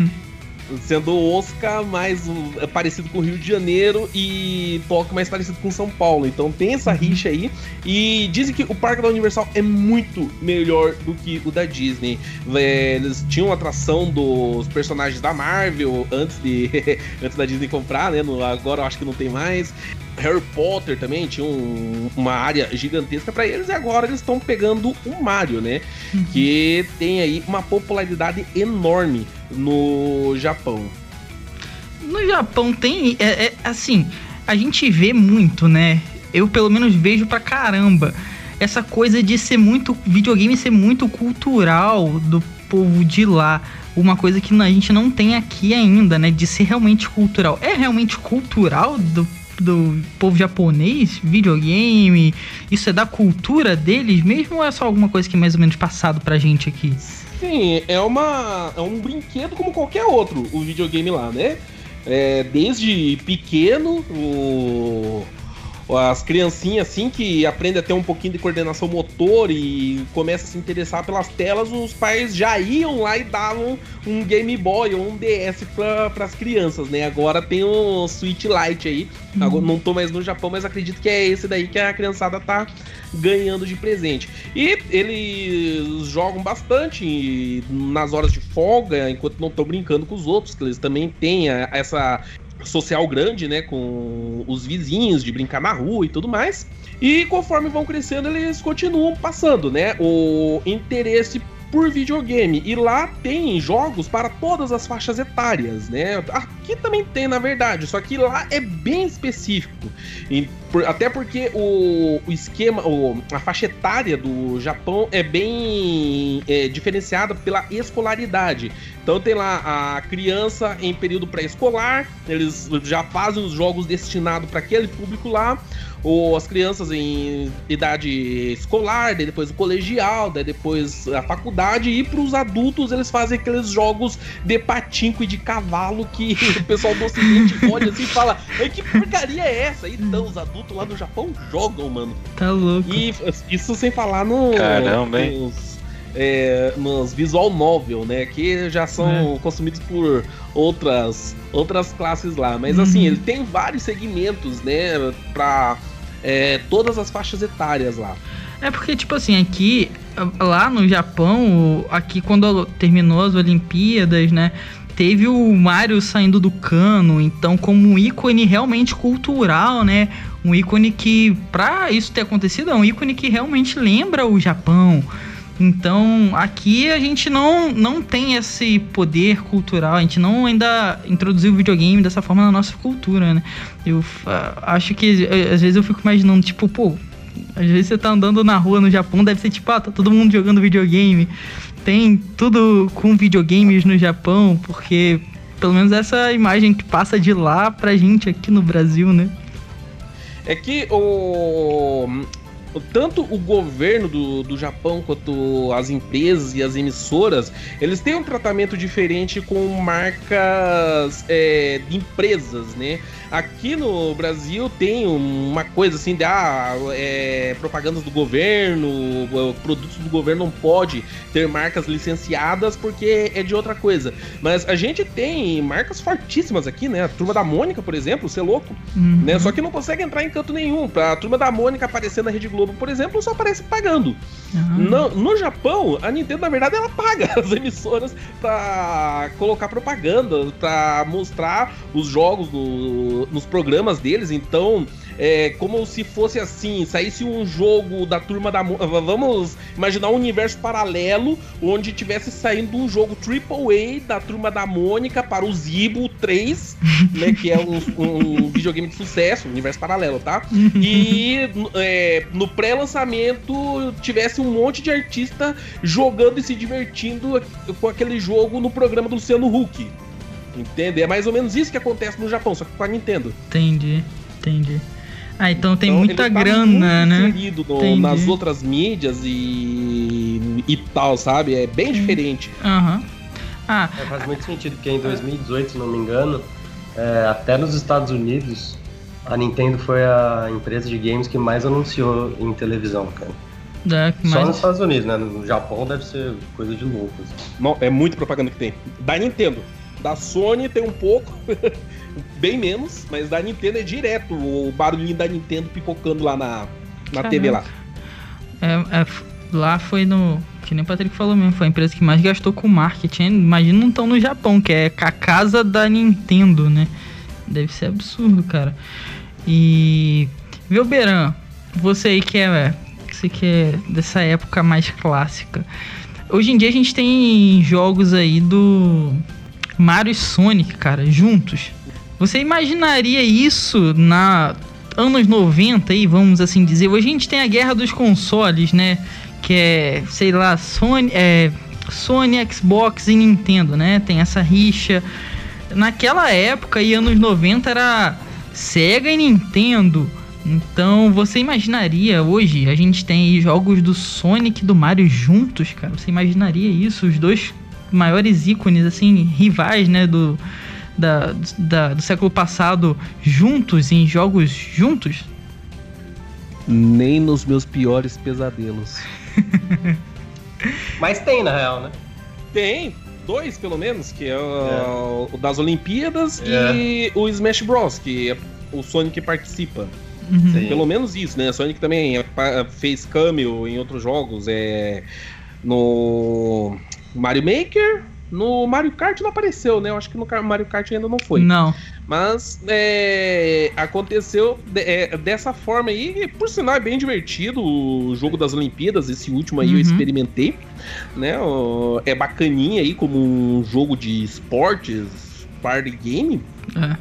Sendo Osaka mais é parecido com o Rio de Janeiro e Tóquio mais parecido com São Paulo. Então tem essa rixa aí. E dizem que o parque da Universal é muito melhor do que o da Disney. Eles tinham atração dos personagens da Marvel antes, de, antes da Disney comprar, né? Agora eu acho que não tem mais. Harry Potter também tinha um, uma área gigantesca pra eles, e agora eles estão pegando o Mario, né? Uhum. Que tem aí uma popularidade enorme no Japão. No Japão tem, é, é, assim, a gente vê muito, né? Eu pelo menos vejo pra caramba essa coisa de ser muito, videogame ser muito cultural do povo de lá. Uma coisa que a gente não tem aqui ainda, né? De ser realmente cultural. É realmente cultural do do povo japonês, videogame, isso é da cultura deles mesmo, ou é só alguma coisa que é mais ou menos passado pra gente aqui? Sim, é, uma, é um brinquedo como qualquer outro, o videogame lá, né? É, desde pequeno, o, as criancinhas assim que aprendem a ter um pouquinho de coordenação motor e começam a se interessar pelas telas, os pais já iam lá e davam um Game Boy ou um D S para as crianças, né? Agora tem o Switch Lite aí, uhum. Agora, não tô mais no Japão, mas acredito que é esse daí que a criançada tá ganhando de presente. E eles jogam bastante nas horas de folga, enquanto não estão brincando com os outros, que eles também têm essa social grande, né, com os vizinhos, de brincar na rua e tudo mais. E conforme vão crescendo, eles continuam passando, né, o interesse por videogame. E lá tem jogos para todas as faixas etárias, né? Aqui também tem, na verdade, só que lá é bem específico. E por, até porque o, o esquema, o, a faixa etária do Japão é bem é, diferenciada pela escolaridade. Então tem lá a criança em período pré-escolar, eles já fazem os jogos destinados para aquele público lá, ou as crianças em idade escolar, daí depois o colegial, daí depois a faculdade, e para os adultos eles fazem aqueles jogos de patinco e de cavalo que o pessoal do ocidente olha assim e fala, que porcaria é essa? Então os adultos lá no Japão jogam, mano. Tá louco. E isso sem falar no... Caramba, hein? Nos, é, nos visual novel, né, que já são é. consumidos por outras, outras classes lá. Mas uhum. assim, ele tem vários segmentos, né, pra... É, todas as faixas etárias lá. É porque, tipo assim, aqui, lá no Japão, aqui quando terminou as Olimpíadas, né, teve o Mario saindo do cano, então como um ícone realmente cultural, né, um ícone que, pra isso ter acontecido, é um ícone que realmente lembra o Japão. Então, aqui a gente não, não tem esse poder cultural, a gente não ainda introduziu o videogame dessa forma na nossa cultura, né? Eu uh, acho que, eu, às vezes eu fico imaginando, tipo, pô, às vezes você tá andando na rua no Japão, deve ser tipo, ah, tá todo mundo jogando videogame. Tem tudo com videogames no Japão, porque pelo menos essa imagem que passa de lá pra gente aqui no Brasil, né? É que o... tanto o governo do, do Japão quanto as empresas e as emissoras, eles têm um tratamento diferente com marcas é, de empresas, né? Aqui no Brasil tem uma coisa assim de ah, é, propagandas do governo, produtos do governo não pode ter marcas licenciadas porque é de outra coisa. Mas a gente tem marcas fortíssimas aqui, né? A Turma da Mônica, por exemplo, você é louco, uhum. né? Só que não consegue entrar em canto nenhum. A Turma da Mônica aparecer na Rede Globo, por exemplo, só aparece pagando. Uhum. No, no Japão, a Nintendo, na verdade, ela paga as emissoras pra colocar propaganda, pra mostrar os jogos do, nos programas deles. Então, é como se fosse assim, saísse um jogo da Turma da Mônica. Vamos imaginar um universo paralelo onde tivesse saindo um jogo triple A da Turma da Mônica para o Zibo três, né, que é um, um videogame de sucesso, universo paralelo, tá? E é, no pré-lançamento tivesse um monte de artista jogando e se divertindo com aquele jogo no programa do Luciano Huck. Entende? É mais ou menos isso que acontece no Japão, só que com a Nintendo. Entendi, entendi. Ah, então tem então, muita ele tá grana, muito né? inserido no, nas outras mídias e, e tal, sabe? É bem diferente. Aham. Uhum. Ah. É, faz muito sentido, porque em dois mil e dezoito, se não me engano, é, até nos Estados Unidos, a Nintendo foi a empresa de games que mais anunciou em televisão, cara. É, Só mas... nos Estados Unidos, né? No Japão deve ser coisa de louco. Assim. Não, é muito propaganda que tem. Da Nintendo. Da Sony tem um pouco, bem menos, mas da Nintendo é direto o barulhinho da Nintendo pipocando lá na, na T V lá. É, é, lá foi no... Que nem o Patrick falou mesmo, foi a empresa que mais gastou com marketing. Imagina não tão no Japão, que é a casa da Nintendo, né? Deve ser absurdo, cara. E... Viu, Beran? Você aí que é... Você que é dessa época mais clássica. Hoje em dia a gente tem jogos aí do... Mario e Sonic, cara, juntos. Você imaginaria isso na anos noventa aí, vamos assim dizer? Hoje a gente tem a guerra dos consoles, né? Que é, sei lá, Sony, é, Sony, Xbox e Nintendo, né? Tem essa rixa. Naquela época, e anos noventa, era Sega e Nintendo. Então, você imaginaria hoje, a gente tem aí jogos do Sonic e do Mario juntos, cara? Você imaginaria isso? Os dois maiores ícones, assim, rivais, né, do, da, da, do século passado, juntos, em jogos juntos? Nem nos meus piores pesadelos. Mas tem, na real, né? Tem, dois pelo menos, que é o, é. o das Olimpíadas É. e o Smash Bros, que é o Sonic participa. Uhum. Sim. Pelo menos isso, né? A Sonic também é, pa- fez cameo em outros jogos. É, no Mario Maker, no Mario Kart não apareceu, né? Eu acho que no Car- Mario Kart ainda não foi. Não. Mas é, aconteceu de- é, dessa forma aí, e por sinal é bem divertido o jogo das Olimpíadas, esse último aí Uhum. eu experimentei, né? ó, É bacaninha aí como um jogo de esportes, party game, É.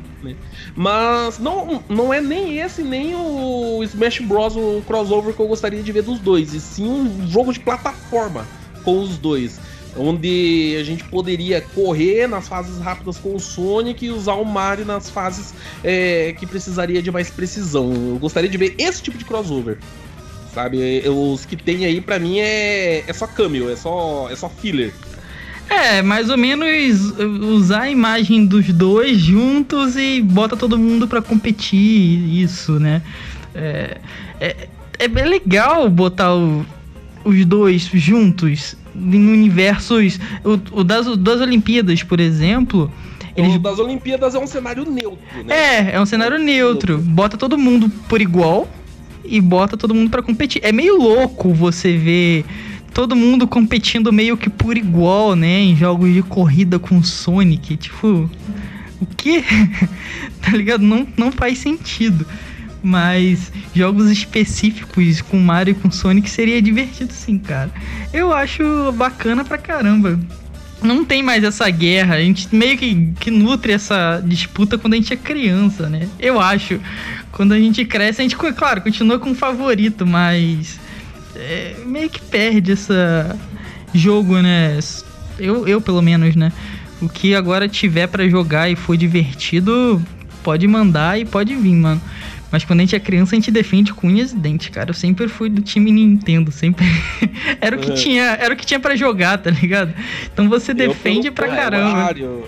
mas não, não é nem esse, nem o Smash Bros, o crossover que eu gostaria de ver dos dois, e sim um jogo de plataforma com os dois. Onde a gente poderia correr nas fases rápidas com o Sonic e usar o Mario nas fases é, que precisaria de mais precisão. Eu gostaria de ver esse tipo de crossover. Sabe? Os que tem aí, pra mim, é, é só cameo, é só, é só filler. É, mais ou menos usar a imagem dos dois juntos e bota todo mundo pra competir, isso, né? É, é, é bem legal botar o, os dois juntos em universos. O, o das, das Olimpíadas, por exemplo. Eles... O das Olimpíadas é um cenário neutro, né? É, é um cenário neutro. Bota todo mundo por igual e bota todo mundo pra competir. É meio louco você ver todo mundo competindo meio que por igual, né? Em jogos de corrida com Sonic. Tipo, o quê? Tá ligado? Não, não faz sentido. Mas jogos específicos com Mario e com Sonic seria divertido sim, cara. Eu acho bacana pra caramba. Não tem mais essa guerra. A gente meio que, que nutre essa disputa quando a gente é criança, né? Eu acho. Quando a gente cresce, a gente, claro, continua com o favorito, mas... É, meio que perde essa jogo, né? Eu, eu, pelo menos, né? O que agora tiver pra jogar e for divertido, pode mandar e pode vir, mano. Mas quando a gente é criança, a gente defende com unhas e dentes, cara. Eu sempre fui do time Nintendo, sempre... era, o que Uhum. tinha, era o que tinha pra jogar, tá ligado? Então você defende eu, pra pelo caramba. contrário,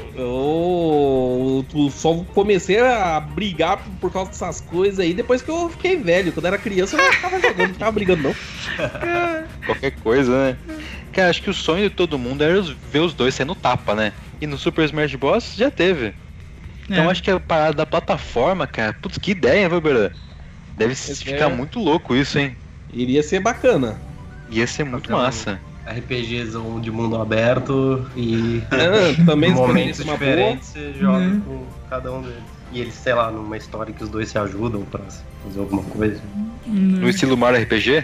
Eu, eu só comecei a brigar por, por causa dessas coisas aí depois que eu fiquei velho. Quando eu era criança, eu não ficava jogando, não ficava brigando, não. Qualquer coisa, né? Cara, acho que o sonho de todo mundo era os- ver os dois sendo tapa, né? E no Super Smash Bros. Já teve. Então É. acho que a parada da plataforma, cara, putz, que ideia, viu, Beira? Deve Esse ficar é- muito louco isso, hein? Iria ser bacana. Ia ser muito Então, massa. RPGzão de mundo aberto e Ah, também em momentos experiência uma boa. diferentes você joga Né? com cada um deles. E eles, sei lá, numa história que os dois se ajudam pra fazer alguma coisa. No estilo Mario R P G?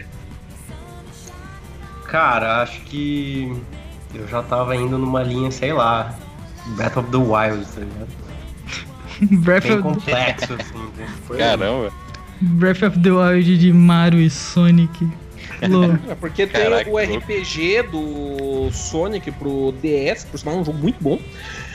Cara, acho que eu já tava indo numa linha, sei lá, Breath of the Wild, tá ligado? Breath, Bem of, complexo, assim. né? Foi Caramba. Breath of the Wild de Mario e Sonic. Louco. É porque tem Caraca, o que R P G do Sonic pro D S, por sinal é um jogo muito bom.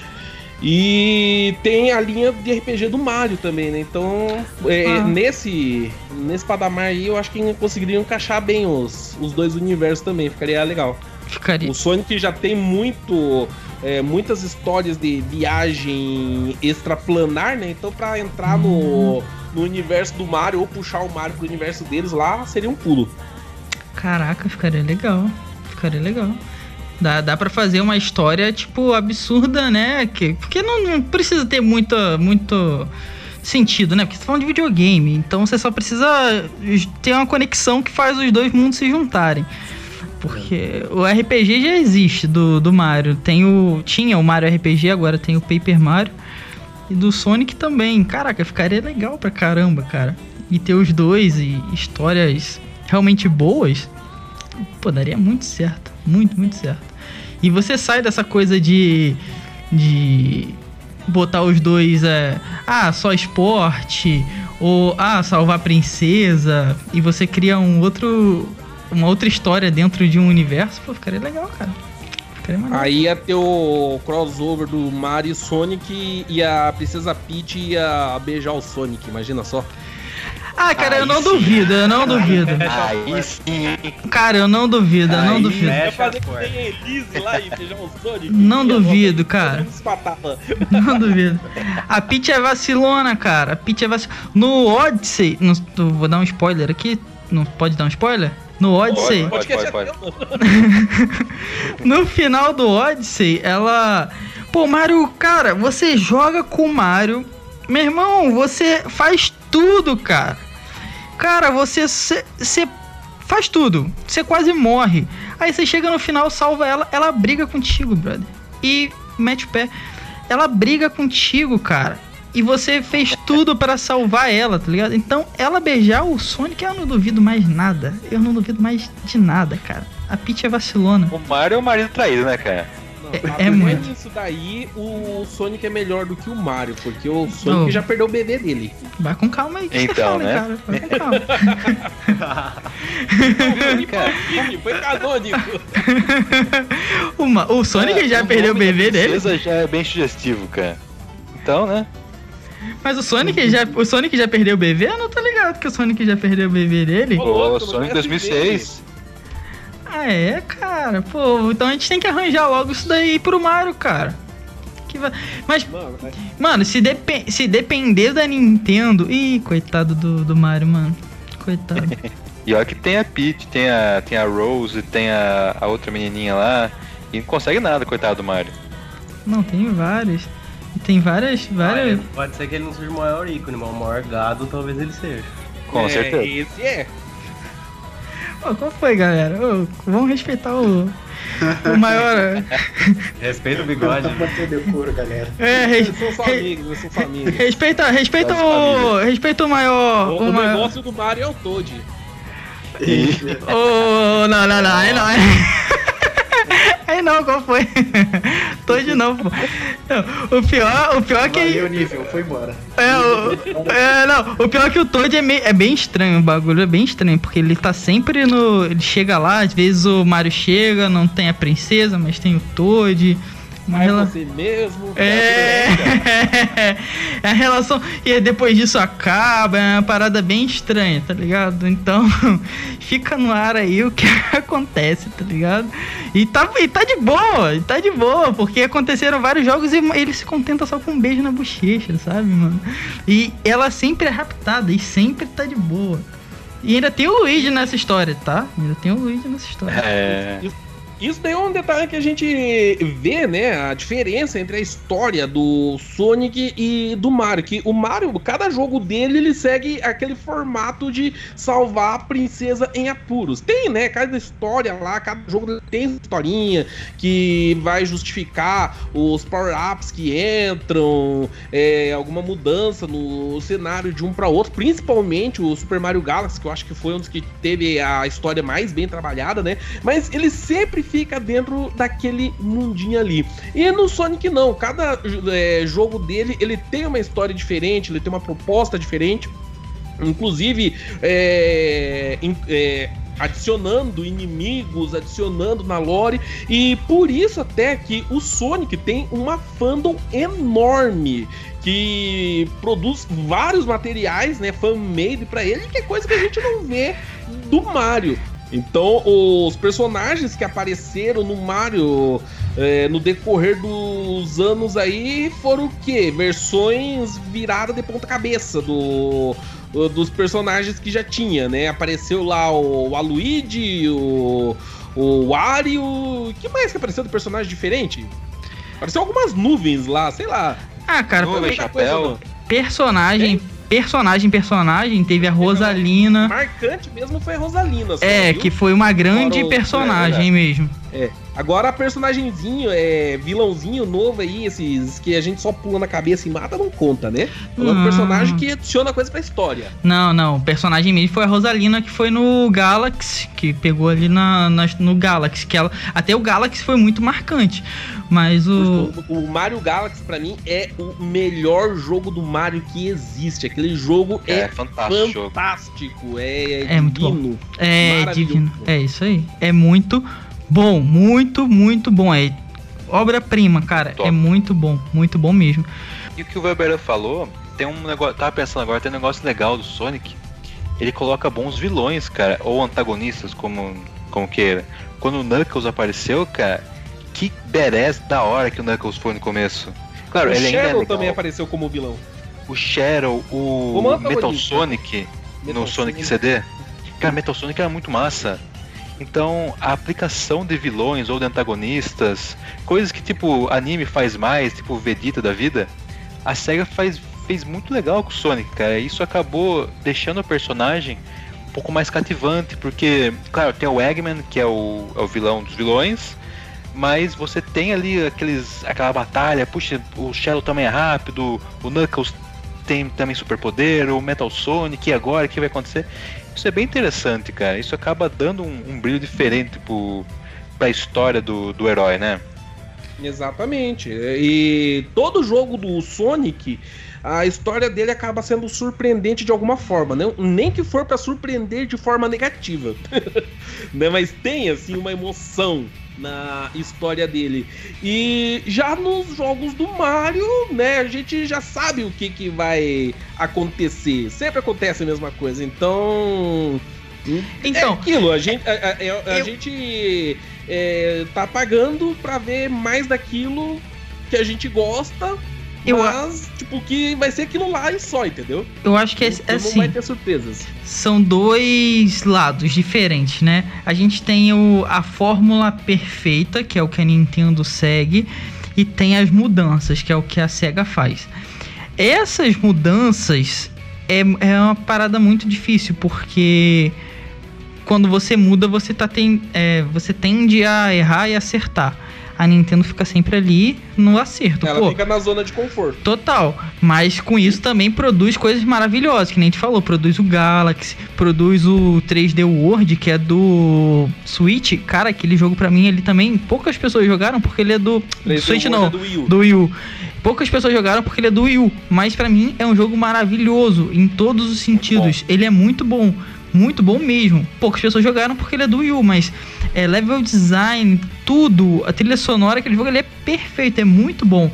E tem a linha de R P G do Mario também, né? Então, é, Ah. nesse, nesse patamar aí, eu acho que conseguiriam encaixar bem os, os dois universos também, ficaria legal. Ficaria. O Sonic já tem muito, é, muitas histórias de viagem extraplanar, né? Então, pra entrar no, no universo do Mario ou puxar o Mario pro universo deles lá, seria um pulo. Caraca, ficaria legal. Ficaria legal. Dá, dá pra fazer uma história, tipo, absurda, né? Que, porque não, não precisa ter muita, muito sentido, né? Porque você tá falando de videogame. Então você só precisa ter uma conexão que faz os dois mundos se juntarem. Porque o R P G já existe do, do Mario. Tem o, tinha o Mario R P G, agora tem o Paper Mario. E do Sonic também. Caraca, ficaria legal pra caramba, cara. E ter os dois e histórias realmente boas, pô, daria muito certo. Muito, muito certo. E você sai dessa coisa de... De... botar os dois... É, ah, só esporte. Ou, ah, salvar a princesa. E você cria um outro... Uma outra história dentro de um universo. Pô, ficaria legal, cara. Ficaria maneiro. Aí ia ter o crossover do Mario e Sonic e a Princesa Peach ia beijar o Sonic, imagina só. Ah, cara, Aí eu não sim. duvido, eu não duvido. Aí sim, hein? Cara, eu não duvido, eu não Aí, duvido. né? Ia fazer que Fecha a tem a Elise lá e beijar o Sonic. Não Ia, duvido, todo cara. mundo se matava. Não duvido. A Peach é vacilona, cara. A Peach é vacilona. No Odyssey, no, vou dar um spoiler aqui. Não pode dar um spoiler? No Odyssey. Pode, pode, pode. pode. No final do Odyssey, ela... Pô, Mario, cara, você joga com o Mario. Meu irmão, você faz tudo, cara. Cara, você... Você faz tudo. Você quase morre. Aí você chega no final, salva ela. Ela briga contigo, brother. E mete o pé. Ela briga contigo, cara. E você fez tudo pra salvar ela, tá ligado? Então, ela beijar o Sonic, eu não duvido mais nada. Eu não duvido mais de nada, cara. A Peach é vacilona. O Mario é o marido traído, né, cara? Não, É- é muito. Isso daí, o Sonic é melhor do que o Mario, porque o Sonic Não. já perdeu o bebê dele. Vai com calma aí que Então, você fala, né? cara. Vai com calma. Cara, Foi canônico. o, Ma- o Sonic já o perdeu o nome da bebê dele. princesa já é bem sugestivo, cara. Então, né? Mas o Sonic já, o Sonic já perdeu o bebê? Eu não tô ligado que o Sonic já perdeu o bebê dele. Ô, Pô, louco, não Sonic é dois mil e seis. Ah, é, cara? Pô, então a gente tem que arranjar logo isso daí pro Mario, cara. Que va- Mas, Mano, é- mano, se, depe- se depender da Nintendo... Ih, coitado do, do Mario, mano. Coitado. E olha que tem a Peach, tem a, tem a Rose, tem a, a outra menininha lá. E não consegue nada, coitado do Mario. Não, tem vários. Tem várias, várias... Ah, é, pode ser que ele não seja o maior ícone, mas o maior gado talvez ele seja. Com é, certeza. Esse é. Ô, qual foi, galera? Ô, vamos respeitar o... O maior... Respeita o bigode. Manter o decoro, galera. É, res- Eles são só re- amigos, eles são família. respeita, respeita Das o... famílias. Respeita o maior... O, O, o maior... negócio do Mario é o Toad. Ô, não, não, não, aí não. Aí não, qual foi? Tô de novo, pô. Não, o pior, o pior é que... Valeu, nível, foi embora. É, o, é, não, o pior é que o Toad é, meio, é bem estranho, o bagulho é bem estranho, porque ele tá sempre no... Ele chega lá, às vezes o Mario chega, não tem a princesa, mas tem o Toad. Uma É rela- você mesmo. É, é a relação. E depois disso acaba, é uma parada bem estranha, tá ligado? Então, fica no ar aí o que acontece, tá ligado? E tá, e tá de boa, e tá de boa, porque aconteceram vários jogos e ele se contenta só com um beijo na bochecha, sabe, mano? E ela sempre é raptada e sempre tá de boa. E ainda tem o Luigi nessa história, tá? Ainda tem o Luigi nessa história. É. Isso daí é um detalhe que a gente vê, né? A diferença entre a história do Sonic e do Mario. Que o Mario, cada jogo dele, ele segue aquele formato de salvar a princesa em apuros. Tem, né? Cada história lá, cada jogo tem historinha que vai justificar os power-ups que entram, é, alguma mudança no cenário de um para outro. Principalmente o Super Mario Galaxy, que eu acho que foi um dos que teve a história mais bem trabalhada, né? Mas ele sempre fica dentro daquele mundinho ali. E no Sonic não, cada é, jogo dele, ele tem uma história diferente, ele tem uma proposta diferente, inclusive é, in, é, adicionando inimigos, adicionando na lore, e por isso até que o Sonic tem uma fandom enorme, que produz vários materiais, né, fan-made pra ele, que é coisa que a gente não vê do Mario. Então, os personagens que apareceram no Mario é, no decorrer dos anos aí foram o quê? Versões viradas de ponta cabeça do, dos personagens que já tinha, né? Apareceu lá o, o Waluigi, o, o Wario... O que mais que apareceu de personagem diferente? Apareceu algumas nuvens lá, sei lá. Ah, cara, Nuvem, muita chapéu. coisa, personagem, personagem, personagem, teve a Rosalina. marcante mesmo foi a Rosalina. só, É, viu? que foi uma grande Fora o- personagem é mesmo. É. Agora, personagemzinho, é, vilãozinho novo aí, esses que a gente só pula na cabeça e mata, não conta, né? Falando Não. personagem que adiciona coisa pra história. Não, não, o personagem mesmo foi a Rosalina, que foi no Galaxy, que pegou ali na, na- no Galaxy, que ela, até o Galaxy foi muito marcante, mas o... O, o Mario Galaxy, pra mim, é o melhor jogo do Mario que existe. Aquele jogo É, é, fantástico jogo. fantástico, é, é, É muito divino. É Maravilhoso. divino, é isso aí, é muito bom, muito, muito bom, é obra-prima, cara, Top. é muito bom, muito bom mesmo. E o que o Weber falou, tem um negócio. Tava pensando agora, tem um negócio legal do Sonic. Ele coloca bons vilões, cara, ou antagonistas, como, como queira. Quando o Knuckles apareceu, cara, que badass da hora que o Knuckles foi no começo. Claro, O ele ainda é Shadow legal. também apareceu como vilão. O Shadow, o Como antagonista. Metal Sonic no Metal Sonic Sonic. C D. Cara, Metal Sonic era muito massa. Então, a aplicação de vilões ou de antagonistas, coisas que tipo anime faz mais, tipo Vegeta da vida, a SEGA faz, fez muito legal com o Sonic, cara. Isso acabou deixando o personagem um pouco mais cativante, porque, claro, tem o Eggman, que é o, é o vilão dos vilões, mas você tem ali aqueles, aquela batalha, puxa, o Shadow também é rápido, o Knuckles tem também superpoder, o Metal Sonic, e agora, o que vai acontecer? Isso é bem interessante, cara. Isso acaba dando um, um brilho diferente pro, pra história do, do herói, né? Exatamente. E todo jogo do Sonic, a história dele acaba sendo surpreendente de alguma forma, né? Nem que for pra surpreender de forma negativa. Né? Mas tem, assim, uma emoção na história dele. E já nos jogos do Mario, né, a gente já sabe o que, que vai acontecer. Sempre acontece a mesma coisa. Então, então é aquilo, a gente, a, a, a eu... gente é, tá pagando pra ver mais daquilo que a gente gosta. Eu Mas, a... tipo, que vai ser aquilo lá e só, entendeu? Eu acho que é, é assim. Não vai ter surpresas. São dois lados diferentes, né? A gente tem o, a fórmula perfeita, que é o que a Nintendo segue, e tem as mudanças, que é o que a SEGA faz. Essas mudanças é, é uma parada muito difícil, porque quando você muda, você, tá ten, é, você tende a errar e acertar. A Nintendo fica sempre ali no acerto. Ela Pô, fica na zona de conforto. Total. Mas com isso também produz coisas maravilhosas, que nem a gente falou. Produz o Galaxy, produz o três D World, que é do Switch. Cara, aquele jogo pra mim, ele também... Poucas pessoas jogaram porque ele é do... do Switch não, é do Wii U. do Wii U. Poucas pessoas jogaram porque ele é do Wii U. Mas pra mim é um jogo maravilhoso em todos os sentidos. Ele é muito bom. Muito bom mesmo. Poucas pessoas jogaram porque ele é do Wii U, mas é, level design, tudo, a trilha sonora, aquele jogo ele é perfeito, é muito bom.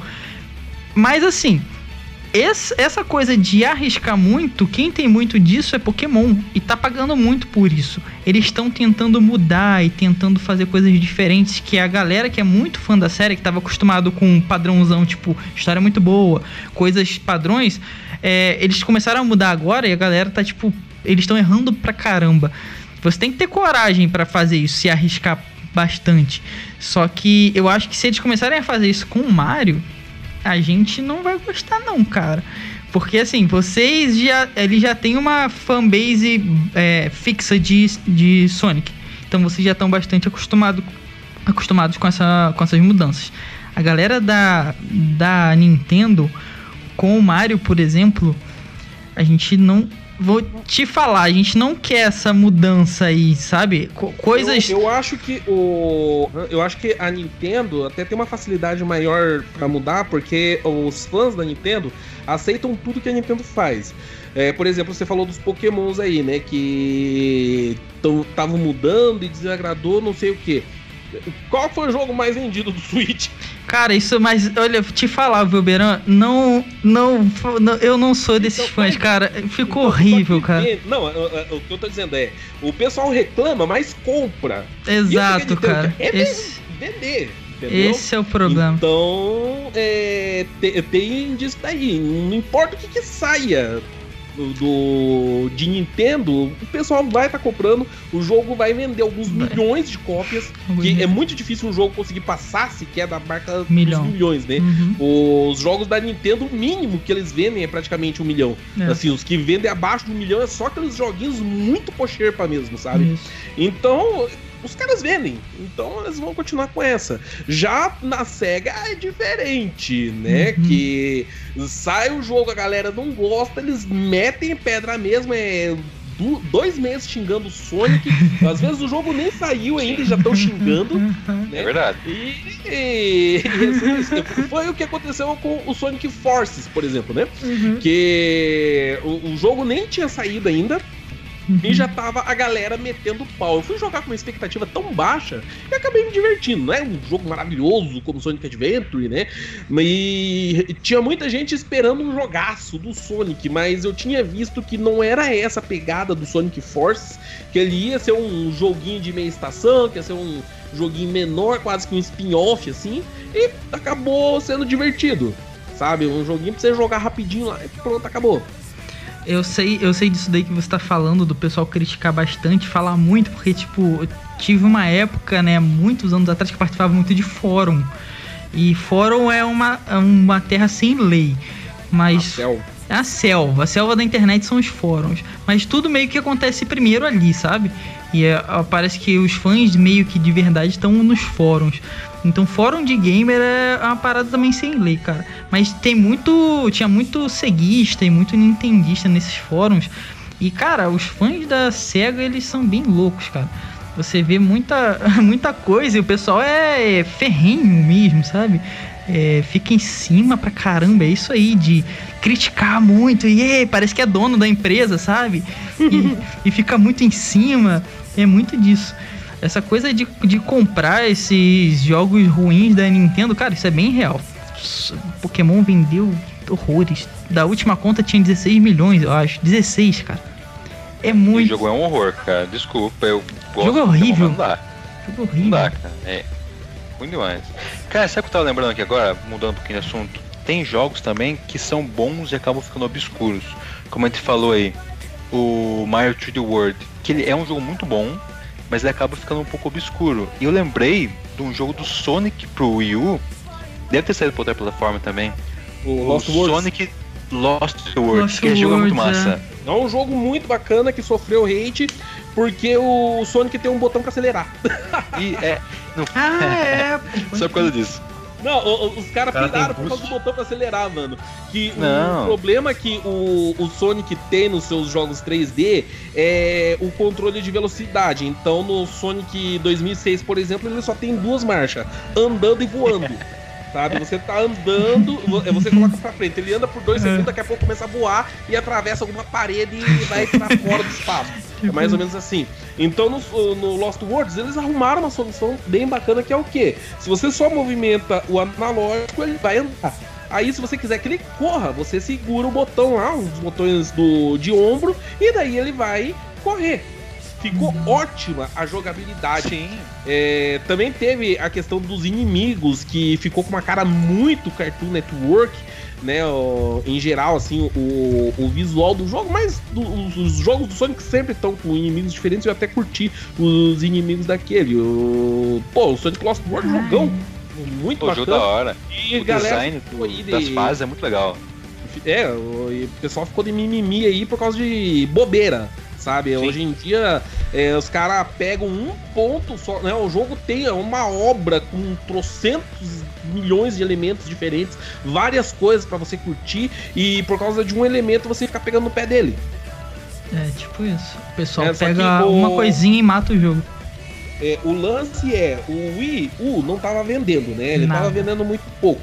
Mas assim, esse, essa coisa de arriscar muito, quem tem muito disso é Pokémon e tá pagando muito por isso. Eles estão tentando mudar e tentando fazer coisas diferentes, que a galera que é muito fã da série, que tava acostumado com um padrãozão, tipo, história muito boa, coisas padrões, é, eles começaram a mudar agora e a galera tá tipo... Eles estão errando pra caramba. Você tem que ter coragem pra fazer isso, se arriscar bastante. Só que eu acho que se eles começarem a fazer isso com o Mario, a gente não vai gostar não, cara. Porque assim, vocês já... Eles já têm uma fanbase é, fixa de, de Sonic. Então vocês já estão bastante acostumado, acostumados com, essa, com essas mudanças. A galera da, da Nintendo, com o Mario, por exemplo, a gente não... Vou te falar, a gente não quer essa mudança aí, sabe? Co- coisas... Eu, eu acho que o... Eu acho que a Nintendo até tem uma facilidade maior pra mudar, porque os fãs da Nintendo aceitam tudo que a Nintendo faz. É, por exemplo, você falou dos Pokémons aí, né? Que estavam mudando e desagradou não sei o que. Qual foi o jogo mais vendido do Switch? Cara, isso, mas olha, te falar, viu, Beran, não, não, não, eu não sou desses então, fãs, cara, ficou então, horrível, cara. Vende. Não, o que eu tô dizendo é, o pessoal reclama, mas compra. Exato, cara. É esse, vender, entendeu? Esse é o problema. Então, é, tem, tem disso daí, não importa o que que saia do de Nintendo, o pessoal vai estar tá comprando, o jogo vai vender alguns vai. milhões de cópias, que é muito difícil um jogo conseguir passar sequer da marca milhão. dos milhões, né? Uhum. Os jogos da Nintendo, o mínimo que eles vendem é praticamente um milhão. É. Assim, os que vendem abaixo de um milhão é só aqueles joguinhos muito pocherpa mesmo, sabe? Isso. Então... Os caras vendem, então eles vão continuar com essa. Já na SEGA é diferente, né? Uhum. Que sai o jogo, a galera não gosta, eles metem pedra mesmo, é do, dois meses xingando o Sonic. Às vezes o jogo nem saiu ainda e já estão xingando. Né? É verdade. E, e, e foi o que aconteceu com o Sonic Forces, por exemplo, né? Uhum. Que o, o jogo nem tinha saído ainda. Uhum. E já tava a galera metendo pau. Eu fui jogar com uma expectativa tão baixa e acabei me divertindo. Não é um jogo maravilhoso como Sonic Adventure, né? E tinha muita gente esperando um jogaço do Sonic, mas eu tinha visto que não era essa a pegada do Sonic Forces, que ele ia ser um joguinho de meia estação, que ia ser um joguinho menor, quase que um spin-off, assim, e acabou sendo divertido, sabe? Um joguinho pra você jogar rapidinho lá e pronto, acabou. Eu sei, eu sei disso daí que você tá falando, do pessoal criticar bastante, falar muito, porque, tipo, eu tive uma época, né, muitos anos atrás, que eu participava muito de fórum. E fórum é uma, é uma terra sem lei. Mas... A selva. É a selva. A selva da internet são os fóruns. Mas tudo meio que acontece primeiro ali, sabe? E é, parece que os fãs meio que de verdade estão nos fóruns. Então fórum de gamer é uma parada também sem lei, cara. Mas tem muito... Tinha muito ceguista e muito nintendista nesses fóruns. E, cara, os fãs da SEGA, eles são bem loucos, cara. Você vê muita, muita coisa e o pessoal é ferrenho mesmo, sabe? É, fica em cima pra caramba, é isso aí, de criticar muito, e é, parece que é dono da empresa, sabe? E, e fica muito em cima, é muito disso. Essa coisa de, de comprar esses jogos ruins da Nintendo, cara, isso é bem real. Pokémon vendeu horrores. Da última conta tinha dezesseis milhões, eu acho. dezesseis, cara. É muito. O jogo é um horror, cara. Desculpa, eu gosto. Jogo é horrível. Não dá. Jogo horrível. Não dá, cara. É ruim demais. Cara, sabe o que eu tava lembrando aqui agora, mudando um pouquinho de assunto? Tem jogos também que são bons e acabam ficando obscuros. Como a gente falou aí, o Mario três D World, que ele é um jogo muito bom, mas ele acaba ficando um pouco obscuro. E eu lembrei de um jogo do Sonic pro Wii U, deve ter saído pra outra plataforma também. O Lost Worlds. Sonic Lost World, Lost que esse jogo é muito Worlds, massa. É um jogo muito bacana que sofreu hate porque o Sonic tem um botão pra acelerar. E é. Não, Ah, é. só por causa disso. Não, o- o- os caras Cara, piraram tem por causa do boost. botão pra acelerar, mano. Que Não. o problema que o, o Sonic tem nos seus jogos três D é o controle de velocidade. Então no Sonic dois mil e seis, por exemplo, ele só tem duas marchas, andando e voando. Sabe? Você tá andando, vo- você coloca pra frente, ele anda por dois segundos, daqui a pouco começa a voar e atravessa alguma parede e vai pra fora do espaço. É mais ou menos assim. Então no, no Lost Worlds eles arrumaram uma solução bem bacana que é o quê? Se você só movimenta o analógico, ele vai andar. Aí se você quiser que ele corra, você segura o botão lá, os botões do, de ombro, e daí ele vai correr. Ficou ótima a jogabilidade. Sim. É, também teve a questão dos inimigos, que ficou com uma cara muito Cartoon Network, né? Ó, em geral, assim, o, o visual do jogo, mas do, os, os jogos do Sonic sempre estão com inimigos diferentes. Eu até curti os inimigos daquele. O, pô, o Sonic Lost World, jogão muito Pô, jogo bacana. da hora. E O galera design ficou aí do, das de- fases é muito legal. É, o, e o pessoal ficou de mimimi aí por causa de bobeira, sabe? Sim. Hoje em dia, é, os caras pegam um ponto só, né? O jogo tem uma obra com trocentos milhões de elementos diferentes, várias coisas pra você curtir, e por causa de um elemento você fica pegando no pé dele. É, tipo isso. O pessoal É, só pega que o- uma coisinha e mata o jogo. É, o lance é, o Wii U não tava vendendo, né? Ele Nada. tava vendendo muito pouco.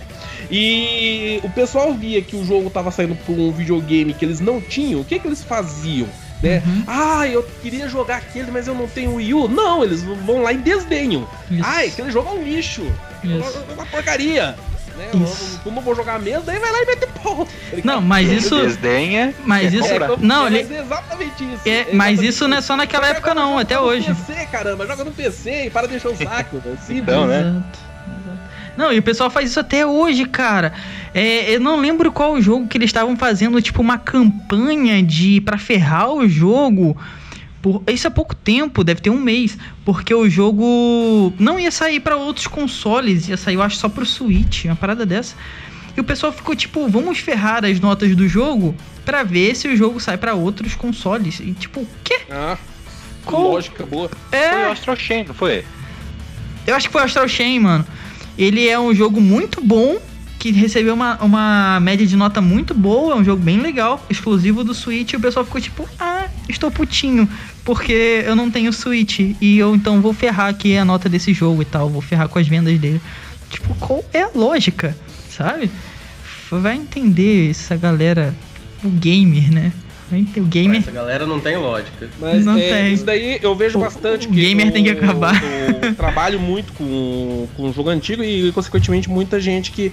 E o pessoal via que o jogo tava saindo por um videogame que eles não tinham, o que que eles faziam? Né? Uhum. Ah, eu queria jogar aquele, mas eu não tenho Wii U. Não, eles vão lá e desdenham. Isso. Ai, aquele jogo é um lixo. Isso. É uma porcaria. Né? Isso. Eu, como eu vou jogar mesmo, daí vai lá e mete pau. Não, mas isso. Desdenha. Mas quer isso. comprar. como- Não, mas ele. é exatamente isso. É, É mas exatamente isso não é só naquela Joga- época, não, joga até no hoje. P C, caramba, joga no P C e para de deixar o saco. É simples. Então, né? Exato, exato. Não, e o pessoal faz isso até hoje, cara. É, eu não lembro qual jogo que eles estavam fazendo, tipo, uma campanha de para ferrar o jogo. Por, isso há pouco tempo, deve ter um mês. Porque o jogo não ia sair pra outros consoles, ia sair, eu acho, só pro Switch, uma parada dessa. E o pessoal ficou tipo, vamos ferrar as notas do jogo pra ver se o jogo sai pra outros consoles. E tipo, o quê? Ah, Qual- lógica boa. Foi o É, Astral Chain, não foi? eu acho que foi o Astral Chain, mano. Ele é um jogo muito bom, que recebeu uma, uma média de nota muito boa, é um jogo bem legal, exclusivo do Switch, e o pessoal ficou tipo, ah, estou putinho, porque eu não tenho Switch, e eu então vou ferrar aqui a nota desse jogo e tal, vou ferrar com as vendas dele. Tipo, qual é a lógica, sabe? Vai entender essa galera, o gamer, né? Vai entender, o gamer... Essa galera não tem lógica. Mas Não é, tem. isso daí eu vejo O- bastante. o gamer tem que acabar. Eu trabalho muito com, com jogo antigo e, consequentemente, muita gente que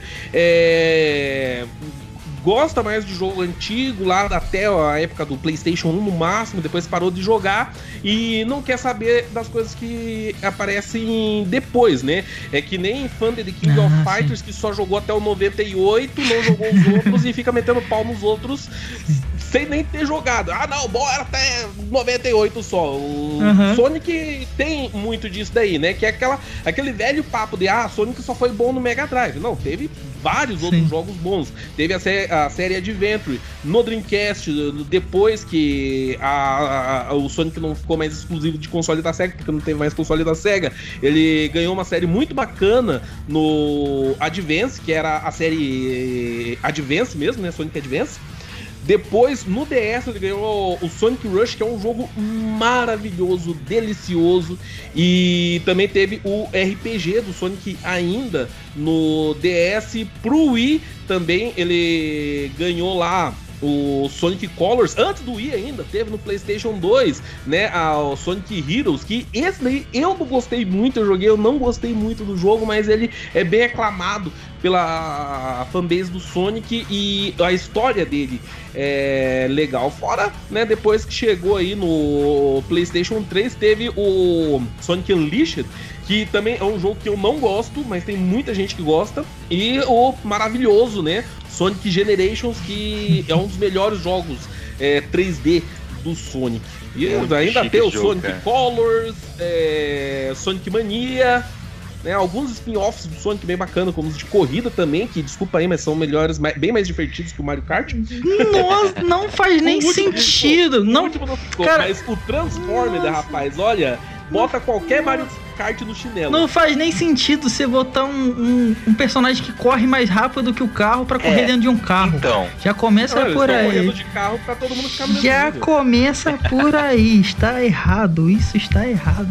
é, gosta mais de jogo antigo, lá até a época do PlayStation um no máximo, depois parou de jogar e não quer saber das coisas que aparecem depois, né? É que nem fã de The King Ah, of sim. Fighters que só jogou até o noventa e oito, não jogou os outros e fica metendo pau nos outros sem nem ter jogado. Ah, não, bom, era até noventa e oito só. O Uhum. Sonic tem muito disso daí, né? Que é aquela, aquele velho papo de, ah, Sonic só foi bom no Mega Drive. Não, teve vários outros Sim. jogos bons. Teve a, sé- a série Adventure no Dreamcast, depois que a, a- o Sonic não ficou mais exclusivo de console da Sega, porque não teve mais console da Sega. Ele ganhou uma série muito bacana no Advance, que era a série Advance mesmo, né? Sonic Advance. Depois, no D S, ele ganhou o Sonic Rush, que é um jogo maravilhoso, delicioso. E também teve o R P G do Sonic ainda no D S. Pro Wii também ele ganhou lá o Sonic Colors, antes do Wii ainda, teve no PlayStation dois, né, o Sonic Heroes, que esse daí eu não gostei muito, eu joguei, eu não gostei muito do jogo, mas ele é bem aclamado pela fanbase do Sonic e a história dele é legal. Fora, né, depois que chegou aí no PlayStation três, teve o Sonic Unleashed, que também é um jogo que eu não gosto, mas tem muita gente que gosta, e o maravilhoso, né, Sonic Generations, que é um dos melhores jogos é, três D do Sonic. E Muito ainda chique tem o esse jogo, Sonic cara. Colors, é, Sonic Mania, né, alguns spin-offs do Sonic bem bacana, como os de corrida também, que, desculpa aí, mas são melhores, mais- bem mais divertidos que o Mario Kart. Nossa, não faz nem O último não sentido. ficou, o Não, último não ficou, cara, mas o Transformer, nossa. rapaz, olha, bota qualquer Mario Kart no chinelo. não faz nem sentido você botar um, um, um personagem que corre mais rápido que o carro pra correr É, dentro de um carro. Então, Já começa Não, eles por estão aí. correndo de carro pra todo mundo ficar no mesmo Já nível. começa por aí. Está errado. Isso está errado.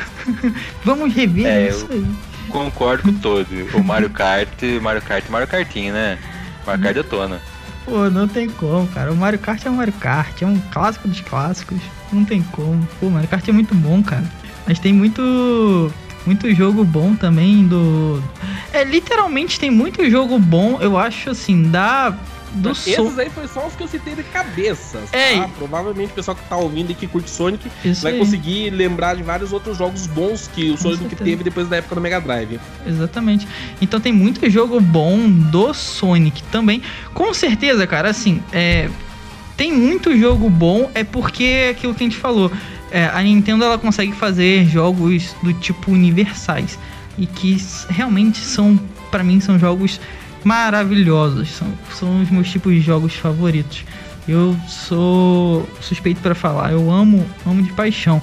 Vamos rever É, isso aí. concordo com todo. O Mario Kart, Mario Kart, Mario Kartinho, né? Mario Kart detona. Pô, não tem como, cara. O Mario Kart é o Mario Kart. É um clássico dos clássicos. Não tem como. Pô, o Mario Kart é muito bom, cara. Mas tem muito... Muito jogo bom também do... É, literalmente tem muito jogo bom, eu acho, assim, da... Do Esses som. aí foi só os que eu citei de cabeça. É, Tá? Provavelmente o pessoal que tá ouvindo e que curte Sonic Isso vai aí. conseguir lembrar de vários outros jogos bons que o Sonic certeza. teve depois da época do Mega Drive. Exatamente. Então tem muito jogo bom do Sonic também. Com certeza, cara, assim, é, tem muito jogo bom, é porque é aquilo que a gente falou. É, a Nintendo ela consegue fazer jogos do tipo universais. E que s- realmente são, pra mim, são jogos maravilhosos. São, são os meus tipos de jogos favoritos. Eu sou suspeito pra falar. Eu amo, amo de paixão.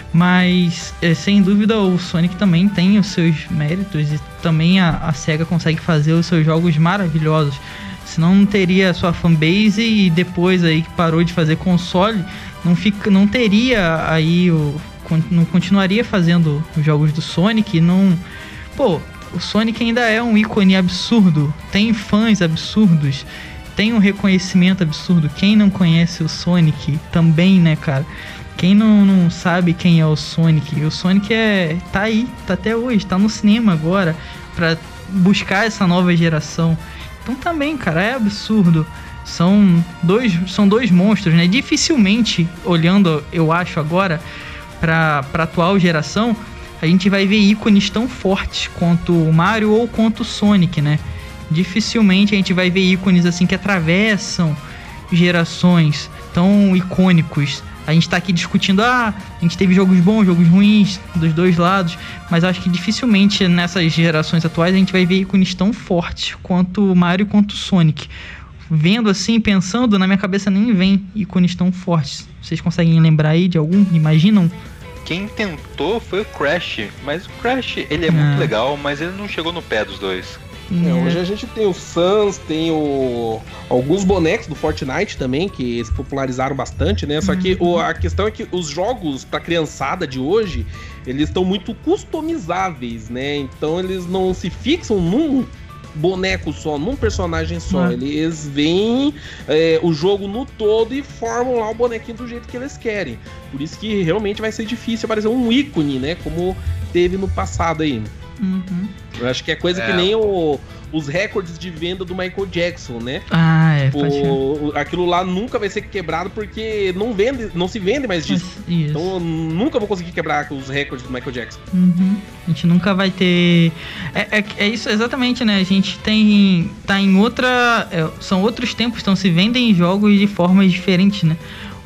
Mas, é, sem dúvida, o Sonic também tem os seus méritos e também a, a SEGA consegue fazer os seus jogos maravilhosos. Senão não teria a sua fanbase e depois aí que parou de fazer console, não, fica, não teria aí, o, con- não continuaria fazendo os jogos do Sonic. Não, pô, o Sonic ainda é um ícone absurdo, tem fãs absurdos, tem um reconhecimento absurdo. Quem não conhece o Sonic também, né, cara? Quem não, não sabe quem é o Sonic? O Sonic é, tá aí, tá até hoje, tá no cinema agora pra buscar essa nova geração. Então também, cara, é absurdo. São dois, são dois monstros, né? Dificilmente, olhando, eu acho agora, pra, pra atual geração, a gente vai ver ícones tão fortes quanto o Mario ou quanto o Sonic, né? Dificilmente a gente vai ver ícones assim que atravessam gerações tão icônicos. A gente tá aqui discutindo, ah, a gente teve jogos bons, jogos ruins dos dois lados, mas acho que dificilmente nessas gerações atuais a gente vai ver ícones tão fortes quanto o Mario quanto o Sonic. Vendo assim, pensando, na minha cabeça nem vem ícones tão fortes. Vocês conseguem lembrar aí de algum? Imaginam? Quem tentou foi o Crash, mas o Crash, ele é Ah. muito legal, mas ele não chegou no pé dos dois. É, hoje a gente tem o Sans, tem o... alguns bonecos do Fortnite também, que se popularizaram bastante, né? Só que o- a questão é que os jogos pra criançada de hoje, eles estão muito customizáveis, né? Então eles não se fixam num boneco só, num personagem só. Ah. Eles veem é, o jogo no todo e formam lá o bonequinho do jeito que eles querem. Por isso que realmente vai ser difícil aparecer um ícone, né? Como teve no passado aí. Uhum. Eu acho que é coisa É. que nem o, os recordes de venda do Michael Jackson, né? Ah, é. O, aquilo lá nunca vai ser quebrado porque não vende, não se vende mais disso. Isso. Então eu nunca vou conseguir quebrar os recordes do Michael Jackson. Uhum. A gente nunca vai ter... É, é, é isso exatamente, né? A gente tem... Tá em outra... É, são outros tempos, então se vendem jogos de formas diferentes, né?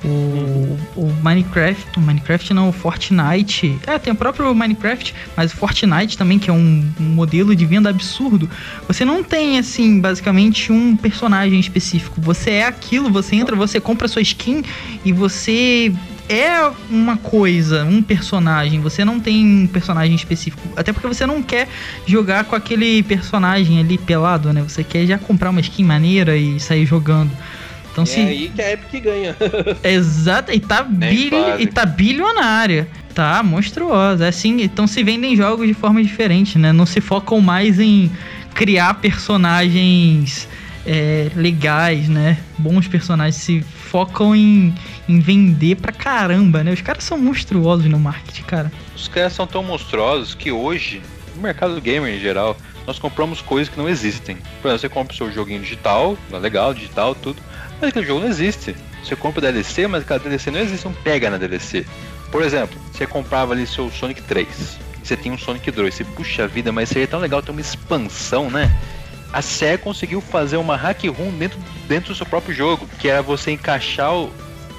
O, o Minecraft, o Minecraft não, o Fortnite, é, tem o próprio Minecraft, mas o Fortnite também, que é um, um modelo de venda absurdo. Você não tem, assim, basicamente um personagem específico. Você é aquilo, você entra, você compra sua skin e você é uma coisa, um personagem. Você não tem um personagem específico, até porque você não quer jogar com aquele personagem ali pelado, né? Você quer já comprar uma skin maneira e sair jogando. Então, é se... aí que a Epic ganha. Exato, e tá, bil... e tá bilionária. Tá monstruosa. Assim, então se vendem jogos de forma diferente, né? Não se focam mais em criar personagens é, legais, né? Bons personagens. Se focam em, em vender pra caramba, né? Os caras são monstruosos no marketing, cara. Os caras são tão monstruosos que hoje, no mercado gamer em geral, nós compramos coisas que não existem. Por exemplo, você compra o seu joguinho digital, legal, digital, tudo. Mas aquele jogo não existe. Você compra o D L C, mas aquela D L C não existe, não pega na D L C. Por exemplo, você comprava ali seu Sonic três, você tinha um Sonic dois, você, puxa vida, mas seria tão legal ter uma expansão, né? A Sega conseguiu fazer uma hack room dentro, dentro do seu próprio jogo, que era você encaixar o,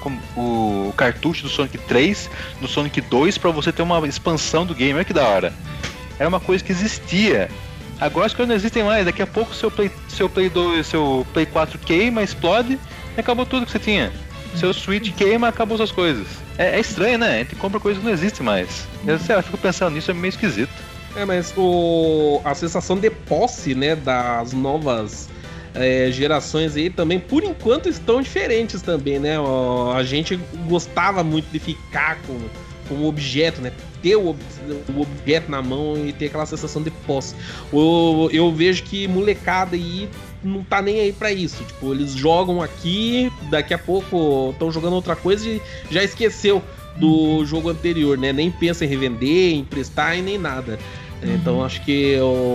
o, o cartucho do Sonic três no Sonic dois pra você ter uma expansão do game. Olha que da hora. Era uma coisa que existia. Agora as coisas não existem mais, daqui a pouco seu Play, seu Play dois, seu Play quatro queima, explode e acabou tudo que você tinha. Seu Switch queima, acabou suas coisas. É, é estranho, né? A gente compra coisas que não existem mais. Eu, sei lá, fico pensando nisso, é meio esquisito. É, mas o, a sensação de posse, né, das novas é, gerações aí também, por enquanto, estão diferentes também, né? O, a gente gostava muito de ficar com, com o objeto, né? Ter o, o objeto na mão e ter aquela sensação de posse. Eu, eu vejo que molecada aí não tá nem aí pra isso. Tipo, eles jogam aqui, daqui a pouco estão jogando outra coisa e já esqueceu do jogo anterior, né? Nem pensa em revender, em emprestar e nem nada. Uhum. Então acho que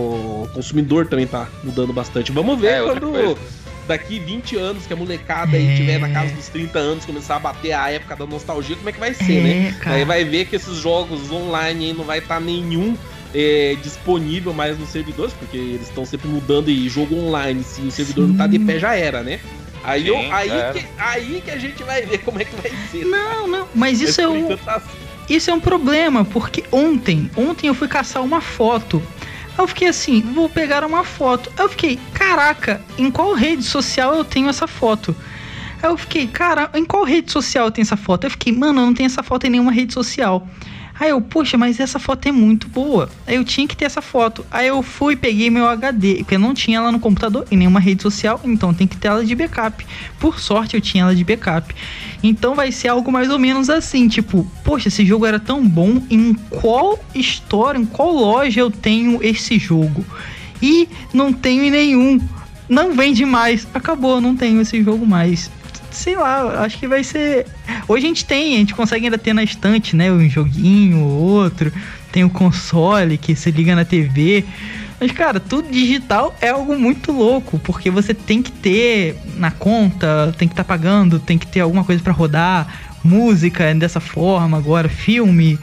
o consumidor também tá mudando bastante. Vamos ver é, quando daqui vinte anos que a molecada é. aí tiver na casa dos trinta anos, começar a bater a época da nostalgia, como é que vai ser, é, né? Cara. Aí vai ver que esses jogos online aí não vai estar tá nenhum é, disponível mais nos servidores, porque eles estão sempre mudando e jogo online, se o servidor Sim. não tá de pé, já era, né? Aí, Sim, eu, aí, é. que, aí que a gente vai ver como é que vai ser. Não, não, mas isso é um, tá assim. Isso é um problema, porque ontem, ontem eu fui caçar uma foto. Eu fiquei assim, vou pegar uma foto. Eu fiquei, caraca, em qual rede social eu tenho essa foto? Eu fiquei, cara, em qual rede social eu tenho essa foto? Eu fiquei, mano, eu não tenho essa foto em nenhuma rede social. Aí eu, poxa, mas essa foto é muito boa. Aí eu tinha que ter essa foto. Aí eu fui e peguei meu H D, porque eu não tinha ela no computador, em nenhuma rede social, então tem que ter ela de backup. Por sorte eu tinha ela de backup. Então vai ser algo mais ou menos assim, tipo, poxa, esse jogo era tão bom, em qual história, em qual loja eu tenho esse jogo? E não tenho em nenhum. Não vende mais. Acabou, não tenho esse jogo mais. Sei lá, acho que vai ser... Hoje a gente tem, a gente consegue ainda ter na estante, né? Um joguinho ou outro. Tem o console que se liga na T V. Mas, cara, tudo digital é algo muito louco. Porque você tem que ter na conta, tem que estar tá pagando, tem que ter alguma coisa pra rodar. Música dessa forma, agora filme.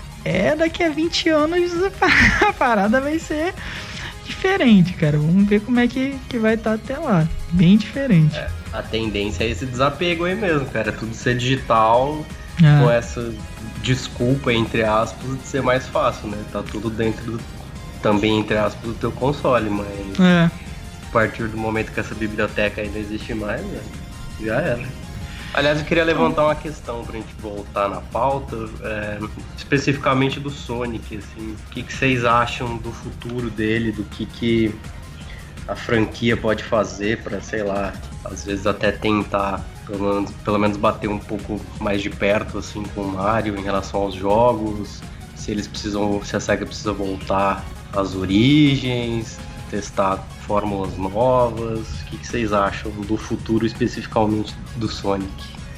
É, daqui a vinte anos a parada vai ser diferente, cara. Vamos ver como é que, que vai estar tá até lá. Bem diferente. É. A tendência é esse desapego aí mesmo, cara. Tudo ser digital, é. com essa desculpa, entre aspas, de ser mais fácil, né? Tá tudo dentro, do, também, entre aspas, do teu console, mas é. a partir do momento que essa biblioteca aí não existe mais, né? Já era. Aliás, eu queria levantar uma questão pra gente voltar na pauta, é, especificamente do Sonic, assim. O que, que vocês acham do futuro dele, do que que a franquia pode fazer pra, sei lá, às vezes até tentar pelo menos, pelo menos bater um pouco mais de perto assim com o Mario em relação aos jogos, se eles precisam, se a SEGA precisa voltar às origens, testar fórmulas novas. O que, que vocês acham do futuro especificamente do Sonic?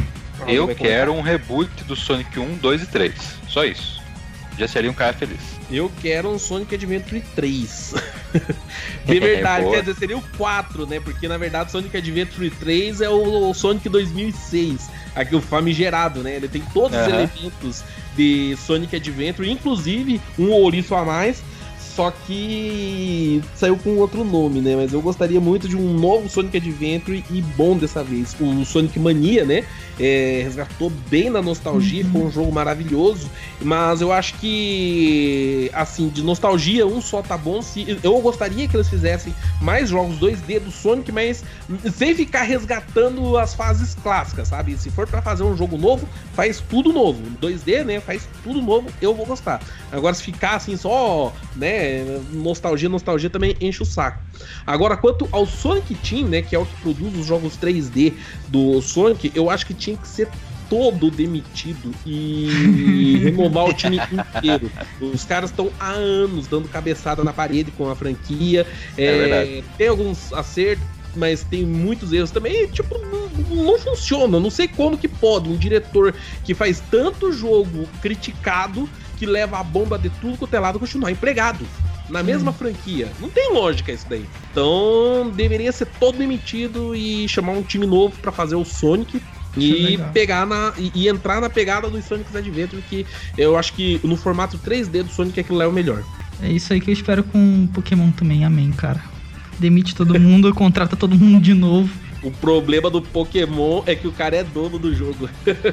Eu quero um reboot do Sonic um, dois e três, só isso. Já seria um cara feliz. Eu quero um Sonic Adventure três. De verdade, Boa. quer dizer, seria o quatro, né? Porque na verdade Sonic Adventure três é o Sonic dois mil e seis, aqui o famigerado, né? Ele tem todos Uhum. os elementos de Sonic Adventure, inclusive um ouriço a mais, só que saiu com outro nome, né? Mas eu gostaria muito de um novo Sonic Adventure e bom dessa vez. O Sonic Mania, né? É, resgatou bem na nostalgia, uhum. Foi um jogo maravilhoso, mas eu acho que, assim, de nostalgia, um só tá bom. Se, eu gostaria que eles fizessem mais jogos dois D do Sonic, mas sem ficar resgatando as fases clássicas, sabe? Se for pra fazer um jogo novo, faz tudo novo. dois D, né? Faz tudo novo, eu vou gostar. Agora, se ficar assim, só, né? Nostalgia, nostalgia também enche o saco. Agora, quanto ao Sonic Team, né? Que é o que produz os jogos três D do Sonic, eu acho que tinha que ser todo demitido e renovar o time inteiro. Os caras estão há anos dando cabeçada na parede com a franquia. É, é tem alguns acertos, mas tem muitos erros também. Tipo, não, não funciona. Não sei como que pode um diretor que faz tanto jogo criticado, que leva a bomba de tudo quanto é lado, continuar empregado na mesma hum. franquia. Não tem lógica isso daí. Então deveria ser todo demitido e chamar um time novo pra fazer o Sonic e pegar na e, e entrar na pegada dos Sonic Adventure, que eu acho que no formato três D do Sonic aquilo é o melhor. É isso aí que eu espero com Pokémon também, amém, cara. Demite todo mundo, contrata todo mundo de novo. O problema do Pokémon é que o cara é dono do jogo.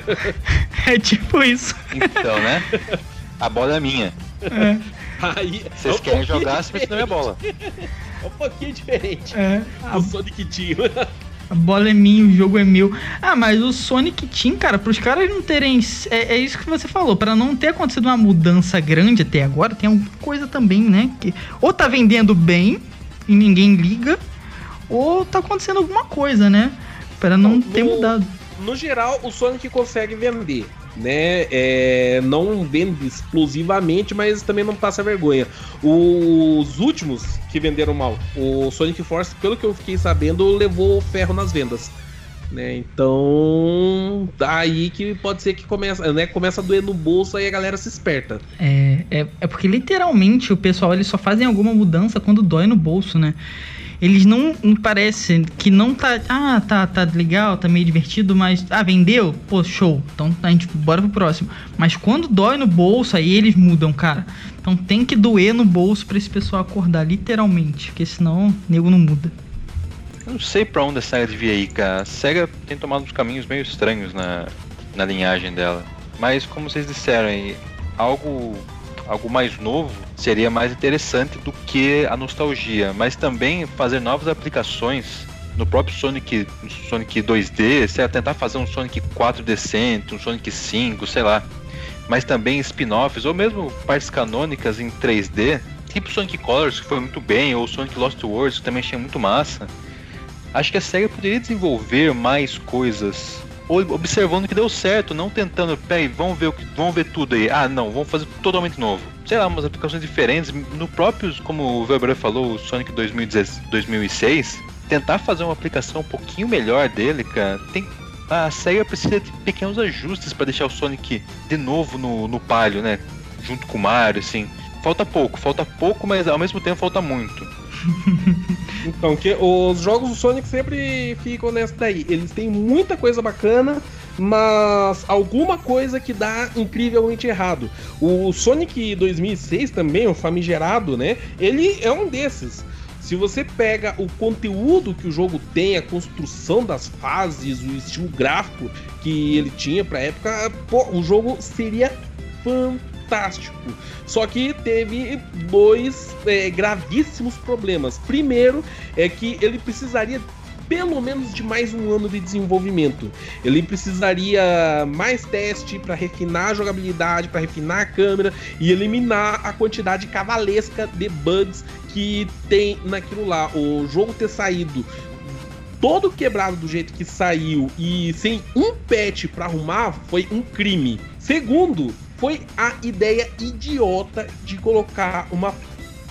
É tipo isso. Então, né? A bola é minha. É. Aí, vocês é um querem jogar, se não é bola. É um pouquinho diferente. É. O Sonic Team. A bola é minha, o jogo é meu. Ah, mas o Sonic Team, cara, pros caras não terem... É, é isso que você falou, pra não ter acontecido uma mudança grande até agora, tem alguma coisa também, né? Que ou tá vendendo bem e ninguém liga, ou tá acontecendo alguma coisa, né? Pra não, não ter no, mudado. No geral, o Sonic consegue vender, né? É, não vende explosivamente, mas também não passa vergonha. Os últimos que venderam mal, o Sonic Force, pelo que eu fiquei sabendo, levou ferro nas vendas, né? Então, aí que pode ser que começa, né? Começa a doer no bolso, aí a galera se esperta. É, é, é porque literalmente o pessoal, eles só fazem alguma mudança quando dói no bolso, né? Eles não, não parece que não tá... Ah, tá, tá legal, tá meio divertido, mas... Ah, vendeu? Pô, show. Então a gente bora pro próximo. Mas quando dói no bolso, aí eles mudam, cara. Então tem que doer no bolso pra esse pessoal acordar, literalmente. Porque senão o nego não muda. Eu não sei pra onde a SEGA devia ir, cara. A SEGA tem tomado uns caminhos meio estranhos na, na linhagem dela. Mas como vocês disseram aí, algo... algo mais novo seria mais interessante do que a nostalgia, mas também fazer novas aplicações no próprio Sonic, Sonic dois D, sei lá, tentar fazer um Sonic quatro decente, um Sonic cinco, sei lá, mas também spin-offs ou mesmo partes canônicas em três D, tipo Sonic Colors, que foi muito bem, ou Sonic Lost Worlds, que também achei muito massa. Acho que a SEGA poderia desenvolver mais coisas, observando o que deu certo, não tentando, peraí, vamos ver, o que, vamos ver tudo aí. Ah, não, vamos fazer totalmente novo. Sei lá, umas aplicações diferentes. No próprio, como o Weber falou, o Sonic dois mil e seis, tentar fazer uma aplicação um pouquinho melhor dele, cara. Tem, a SEGA precisa de pequenos ajustes para deixar o Sonic de novo no, no palio, né? Junto com o Mario, assim. Falta pouco, falta pouco, mas ao mesmo tempo falta muito. Então, que os jogos do Sonic sempre ficam nessa daí. Eles têm muita coisa bacana, mas alguma coisa que dá incrivelmente errado. O Sonic dois mil e seis também, o famigerado, né? Ele é um desses. Se você pega o conteúdo que o jogo tem, a construção das fases, o estilo gráfico que ele tinha pra época, pô, o jogo seria fantástico. Só que teve dois é, gravíssimos problemas. Primeiro é que ele precisaria pelo menos de mais um ano de desenvolvimento. Ele precisaria mais teste para refinar a jogabilidade, para refinar a câmera e eliminar a quantidade cavalesca de bugs que tem naquilo lá. O jogo ter saído todo quebrado do jeito que saiu e sem um patch para arrumar foi um crime. Segundo, foi a ideia idiota de colocar uma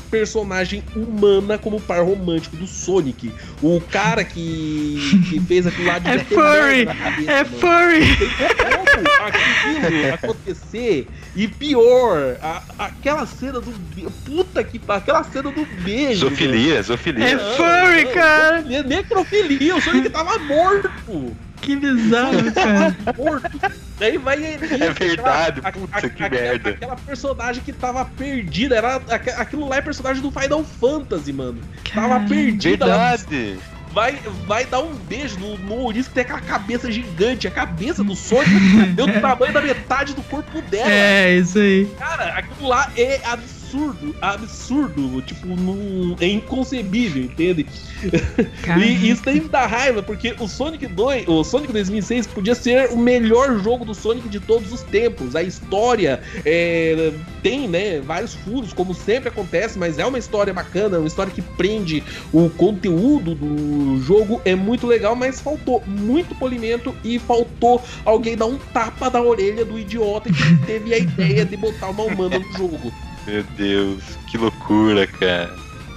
personagem humana como par romântico do Sonic. O cara que, que fez aquilo lá de É meter furry! merda na cabeça, É mano. furry! Como aquilo acontecer e pior, a, aquela cena do be- puta que aquela cena do beijo. Zoofilia, zoofilia. É furry, cara! Não, necrofilia, o Sonic tava morto. Que bizarro, cara. Morto. Daí vai ele. É verdade, aquela, puta, a- a- que aquela, merda. Aquela personagem que tava perdida, era aque- aquilo lá é personagem do Final Fantasy, mano. Tava Caralho. perdida. Verdade. Vai, vai dar um beijo no, no ouriço que tem aquela cabeça gigante. A cabeça do Sonic deu do tamanho da metade do corpo dela. É, isso aí. Cara, aquilo lá é absurdo, absurdo, tipo, não, é inconcebível, entende? Caraca. E isso daí me dá raiva, porque o Sonic dois, o Sonic dois mil e seis podia ser o melhor jogo do Sonic de todos os tempos. A história é, tem, né, vários furos, como sempre acontece, mas é uma história bacana, uma história que prende o conteúdo do jogo, é muito legal, mas faltou muito polimento e faltou alguém dar um tapa na orelha do idiota que teve a ideia de botar uma humana no jogo. Meu Deus, que loucura, cara.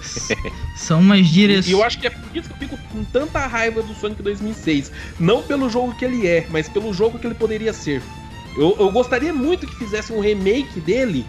São umas E direções. eu acho que é por isso que eu fico com tanta raiva do Sonic dois mil e seis. Não pelo jogo que ele é, mas pelo jogo que ele poderia ser. Eu, eu gostaria muito que fizesse um remake dele,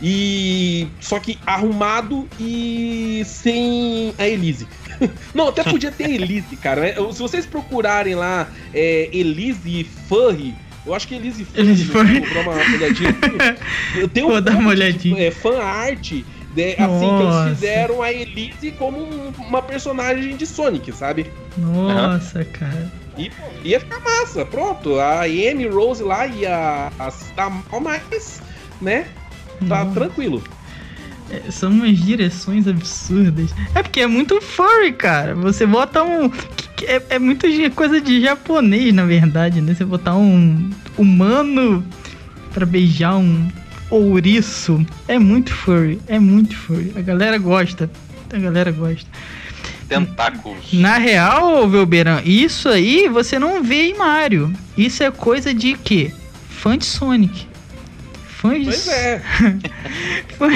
e só que arrumado e sem a Elise. Não, até podia ter Elise, cara. Se vocês procurarem lá é, Elise Furry, eu acho que Elise Furry, Elise Furry. vou dar uma olhadinha. Tem um Vou dar uma monte de, olhadinha. é, fan art. De, assim, que Nossa. eles fizeram a Elise como um- uma personagem de Sonic, sabe? Nossa, cara. E pô, ia ficar massa, pronto. A Amy Rose lá ia estar mal mais, né? Tá Nossa. tranquilo. É, são umas direções absurdas. É porque é muito furry, cara. Você bota um. que- É, é muito de- coisa de japonês, na verdade, né? Você botar um humano pra beijar um ouriço. É muito furry. É muito furry. A galera gosta. A galera gosta. Tentáculos. Na real, Velberan, isso aí você não vê em Mario. Isso é coisa de quê? Fã de Sonic. Fã de Pois é. Fã,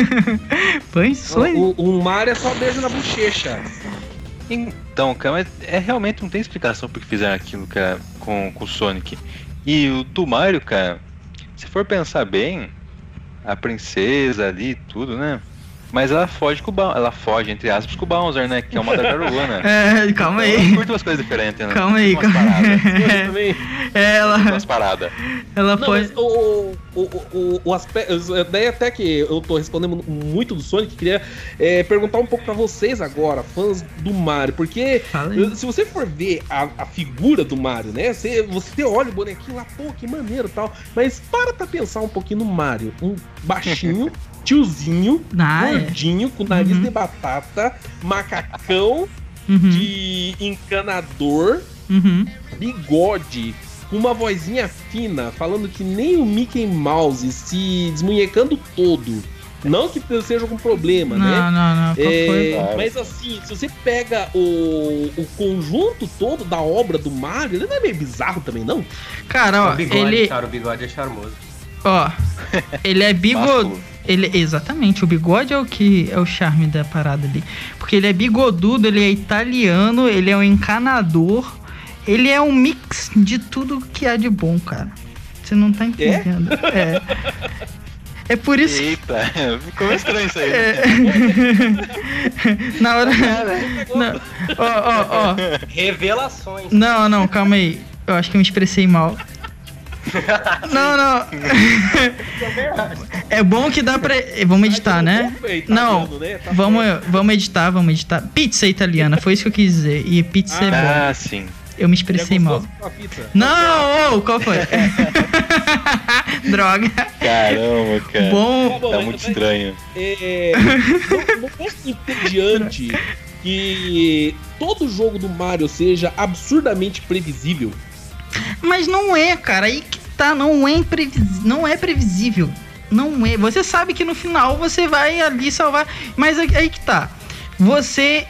fã de Sonic. O, o Mario é só beijo na bochecha. Então, cara, mas é realmente não tem explicação por que fizeram aquilo, cara, com, com o Sonic. E o do Mario, cara, se for pensar bem, a princesa ali e tudo, né? Mas ela foge com o Bowser, ela foge, entre aspas, com o Bowser, né? Que é uma tartaruga, né? É, calma Eu aí. curto umas coisas diferentes, né? Calma aí, Umas calma paradas. Eu também. É, ela, Umas paradas. ela Não, foi. mas o, o, o, o, o aspecto. Daí até que eu tô respondendo muito do Sonic, queria é, perguntar um pouco pra vocês agora, fãs do Mario, porque Fala aí. se você for ver a, a figura do Mario, né? Você, você olha o bonequinho lá, pô, que maneiro e tal. Mas para pra pensar um pouquinho no Mario. Um baixinho, tiozinho, Ah, é. gordinho, com nariz Uhum. de batata, macacão Uhum, de encanador, uhum. bigode, com uma vozinha fina, falando que nem o Mickey Mouse, se desmunhecando todo. Não que seja algum problema, né? Não, não, não. Qual É, foi? Claro. mas assim, se você pega o, o conjunto todo da obra do Mario, ele não é meio bizarro também, não? Cara, ó, o bigode, ele. cara, o bigode é charmoso. Ó, ele é bigode. Másculo. Ele, exatamente, o bigode é o que é o charme da parada ali. Porque ele é bigodudo, ele é italiano, ele é um encanador, ele é um mix de tudo que há de bom, cara. Você não tá entendendo. É. É por isso que. Eita, ficou estranho isso aí. né? É... Na hora. Não, ó, ó, ó. Revelações. Não, não, calma aí. Eu acho que eu me expressei mal. Não, não. É bom que dá pra. Vamos editar, né? Não, Tá vamos, vamos editar, vamos editar. Pizza italiana, foi isso que eu quis dizer. E pizza é bom. Ah, sim. Eu me expressei mal. Não, ô, qual foi? Droga. Caramba, cara. Bom. Tá muito estranho. É, não, não é entediante que todo jogo do Mario seja absurdamente previsível. Mas não é, cara. Aí que tá, não é imprevis... não é previsível. Não é. Você sabe que no final você vai ali salvar. Mas aí aí que tá. Você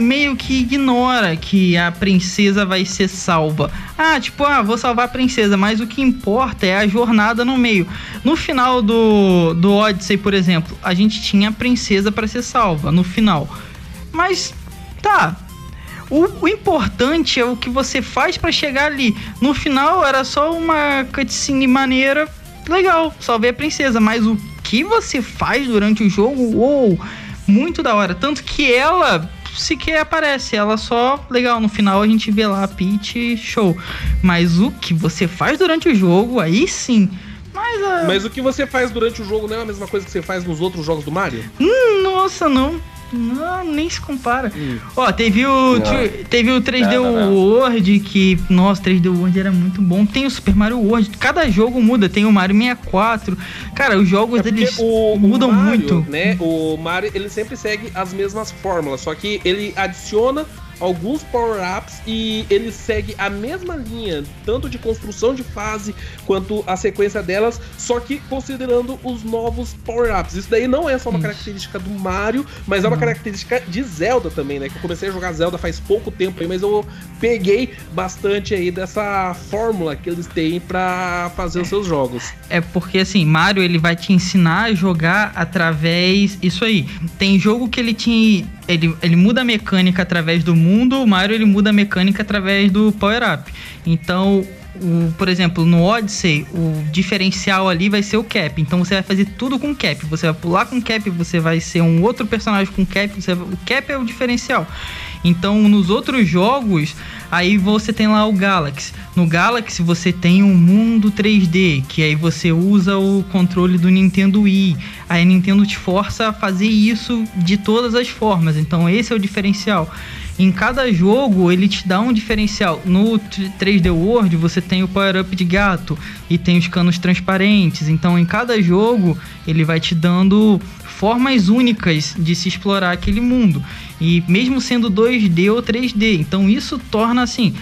meio que ignora que a princesa vai ser salva. Ah, tipo, ah, vou salvar a princesa, mas o que importa é a jornada no meio. No final do, do Odyssey, por exemplo, a gente tinha a princesa para ser salva, no final. Mas, tá... O, o importante é o que você faz pra chegar ali. No final era só uma cutscene maneira, legal, salvei a princesa. Mas o que você faz durante o jogo, uou, muito da hora. Tanto que ela sequer aparece, ela só, legal, no final a gente vê lá a Peach, show. Mas o que você faz durante o jogo, aí sim... Mas, uh... Mas o que você faz durante o jogo não é a mesma coisa que você faz nos outros jogos do Mario? Hum, nossa, não. Não, nem se compara. Hum. Ó, teve o, tr- teve o três D não, não, não. World, que, nossa, três D World era muito bom. Tem o Super Mario World, cada jogo muda. Tem o Mario sessenta e quatro. Cara, os jogos é deles o, mudam o Mario, muito. Né, o Mario, ele sempre segue as mesmas fórmulas, só que ele adiciona alguns power-ups e ele segue a mesma linha, tanto de construção de fase quanto a sequência delas, só que considerando os novos power-ups. Isso daí não é só uma Isso. característica do Mario, mas é uma característica de Zelda também, né? Que eu comecei a jogar Zelda faz pouco tempo aí, mas eu peguei bastante aí dessa fórmula que eles têm pra fazer os seus jogos. É porque, assim, Mario, ele vai te ensinar a jogar através... Isso aí. Tem jogo que ele te... Ele, ele muda a mecânica através do mundo, o Mario ele muda a mecânica através do power-up. Então, o, por exemplo, no Odyssey, o diferencial ali vai ser o cap. Então você vai fazer tudo com cap. Você vai pular com cap, você vai ser um outro personagem com cap. Você vai, o cap é o diferencial. Então, nos outros jogos, aí você tem lá o Galaxy. No Galaxy você tem um mundo três D, que aí você usa o controle do Nintendo Wii. Aí a Nintendo te força a fazer isso de todas as formas. Então esse é o diferencial. Em cada jogo ele te dá um diferencial. No três D World você tem o power-up de gato e tem os canos transparentes. Então em cada jogo ele vai te dando formas únicas de se explorar aquele mundo. E mesmo sendo dois D ou três D. Então isso torna assim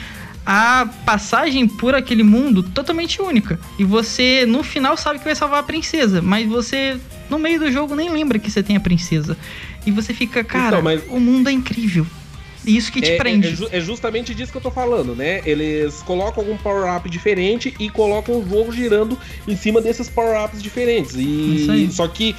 a passagem por aquele mundo totalmente única. E você no final sabe que vai salvar a princesa, mas você no meio do jogo nem lembra que você tem a princesa. E você fica, cara, então, mas... o mundo é incrível. Isso que te é, prende. É, é, ju- é justamente disso que eu tô falando, né? Eles colocam algum power-up diferente e colocam o jogo girando em cima desses power-ups diferentes. E só que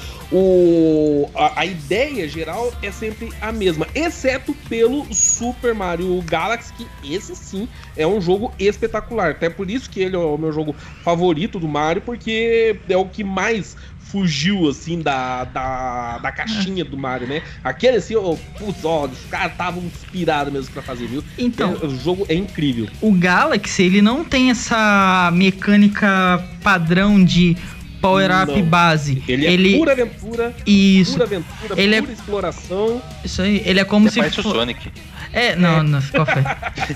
o, a, a ideia geral é sempre a mesma, exceto pelo Super Mario Galaxy, que esse sim é um jogo espetacular. Até por isso que ele é o meu jogo favorito do Mario, porque é o que mais fugiu, assim, da, da, da caixinha do Mario, né? Aquele, assim, ó, putz, ó, os caras estavam inspirados mesmo pra fazer, viu? Então, é, o jogo é incrível. O Galaxy, ele não tem essa mecânica padrão de power-up não. base. Ele é ele... pura aventura, isso. pura aventura, ele pura é... exploração. Isso aí, ele é como Você se faz for... o Sonic. É, não, é. não, qual foi?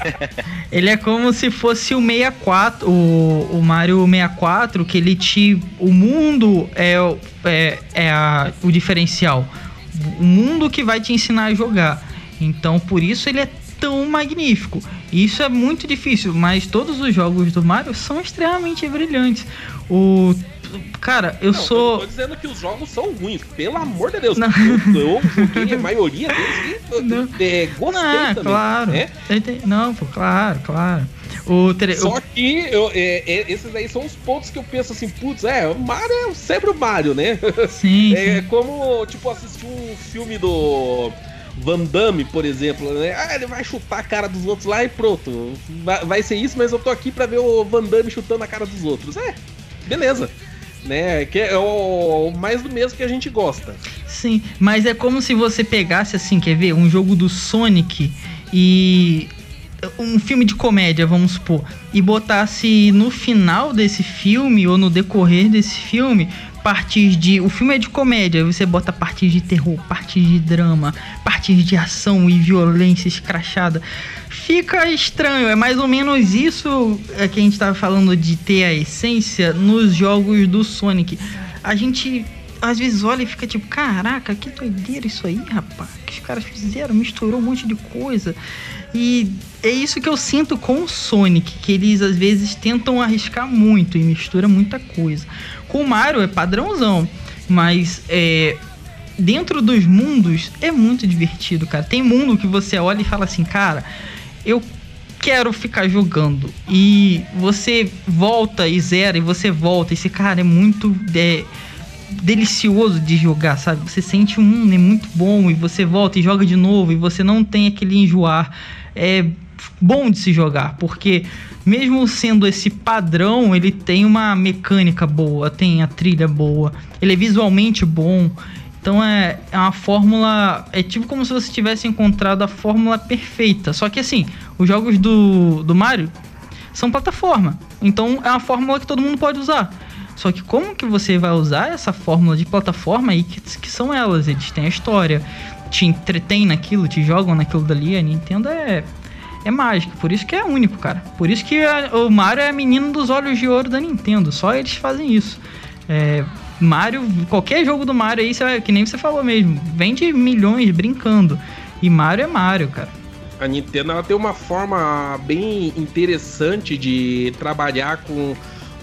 Ele é como se fosse o sessenta e quatro, o, o Mario sessenta e quatro, que ele te... O mundo é, é, é a, o diferencial. O mundo que vai te ensinar a jogar. Então, por isso ele é tão magnífico. Isso é muito difícil, mas todos os jogos do Mario são extremamente brilhantes. O... Cara, eu não, sou... Eu não tô dizendo que os jogos são ruins, pelo amor de Deus. Não. Eu, eu joguei a maioria deles e não. É, gostei não, também. Claro. Né? Não, pô, claro, claro. O tre... Só que eu, é, é, esses aí são os pontos que eu penso assim, putz, é, o Mario é sempre o Mario, né? Sim, é sim. como, tipo, assistir um filme do Van Damme, por exemplo, né? Ah, ele vai chutar a cara dos outros lá e pronto. Vai, vai ser isso, mas eu tô aqui pra ver o Van Damme chutando a cara dos outros. É, beleza. Né, que é o, o mais do mesmo que a gente gosta. Sim, mas é como se você pegasse, assim, quer ver, um jogo do Sonic e um filme de comédia, vamos supor, e botasse no final desse filme ou no decorrer desse filme partes de... O filme é de comédia, você bota partes de terror, partes de drama, partes de ação e violência escrachada. Fica estranho, é mais ou menos isso que a gente tava falando de ter a essência nos jogos do Sonic. A gente às vezes olha e fica tipo, caraca, que doideira isso aí, rapaz. O que os caras fizeram? Misturou um monte de coisa. E é isso que eu sinto com o Sonic, que eles às vezes tentam arriscar muito e mistura muita coisa. Com o Mario é padrãozão, mas é... dentro dos mundos é muito divertido, cara. Tem mundo que você olha e fala assim, cara, eu quero ficar jogando. E você volta e zera, e você volta. E esse cara é muito é, delicioso de jogar, sabe? Você sente um, é muito bom, e você volta e joga de novo, e você não tem aquele enjoar. É bom de se jogar, porque mesmo sendo esse padrão, ele tem uma mecânica boa, tem a trilha boa, ele é visualmente bom. Então é, é uma fórmula, é tipo como se você tivesse encontrado a fórmula perfeita. Só que assim, os jogos do, do Mario são plataforma, então é uma fórmula que todo mundo pode usar. Só que como que você vai usar essa fórmula de plataforma aí, que, que são elas? Eles têm a história, te entretêm naquilo, te jogam naquilo dali. A Nintendo é... É mágico, por isso que é único, cara. Por isso que a, o Mario é a menina dos olhos de ouro da Nintendo. Só eles fazem isso. É, Mario, qualquer jogo do Mario aí, você, que nem você falou mesmo, vende milhões brincando. E Mario é Mario, cara. A Nintendo, ela tem uma forma bem interessante de trabalhar com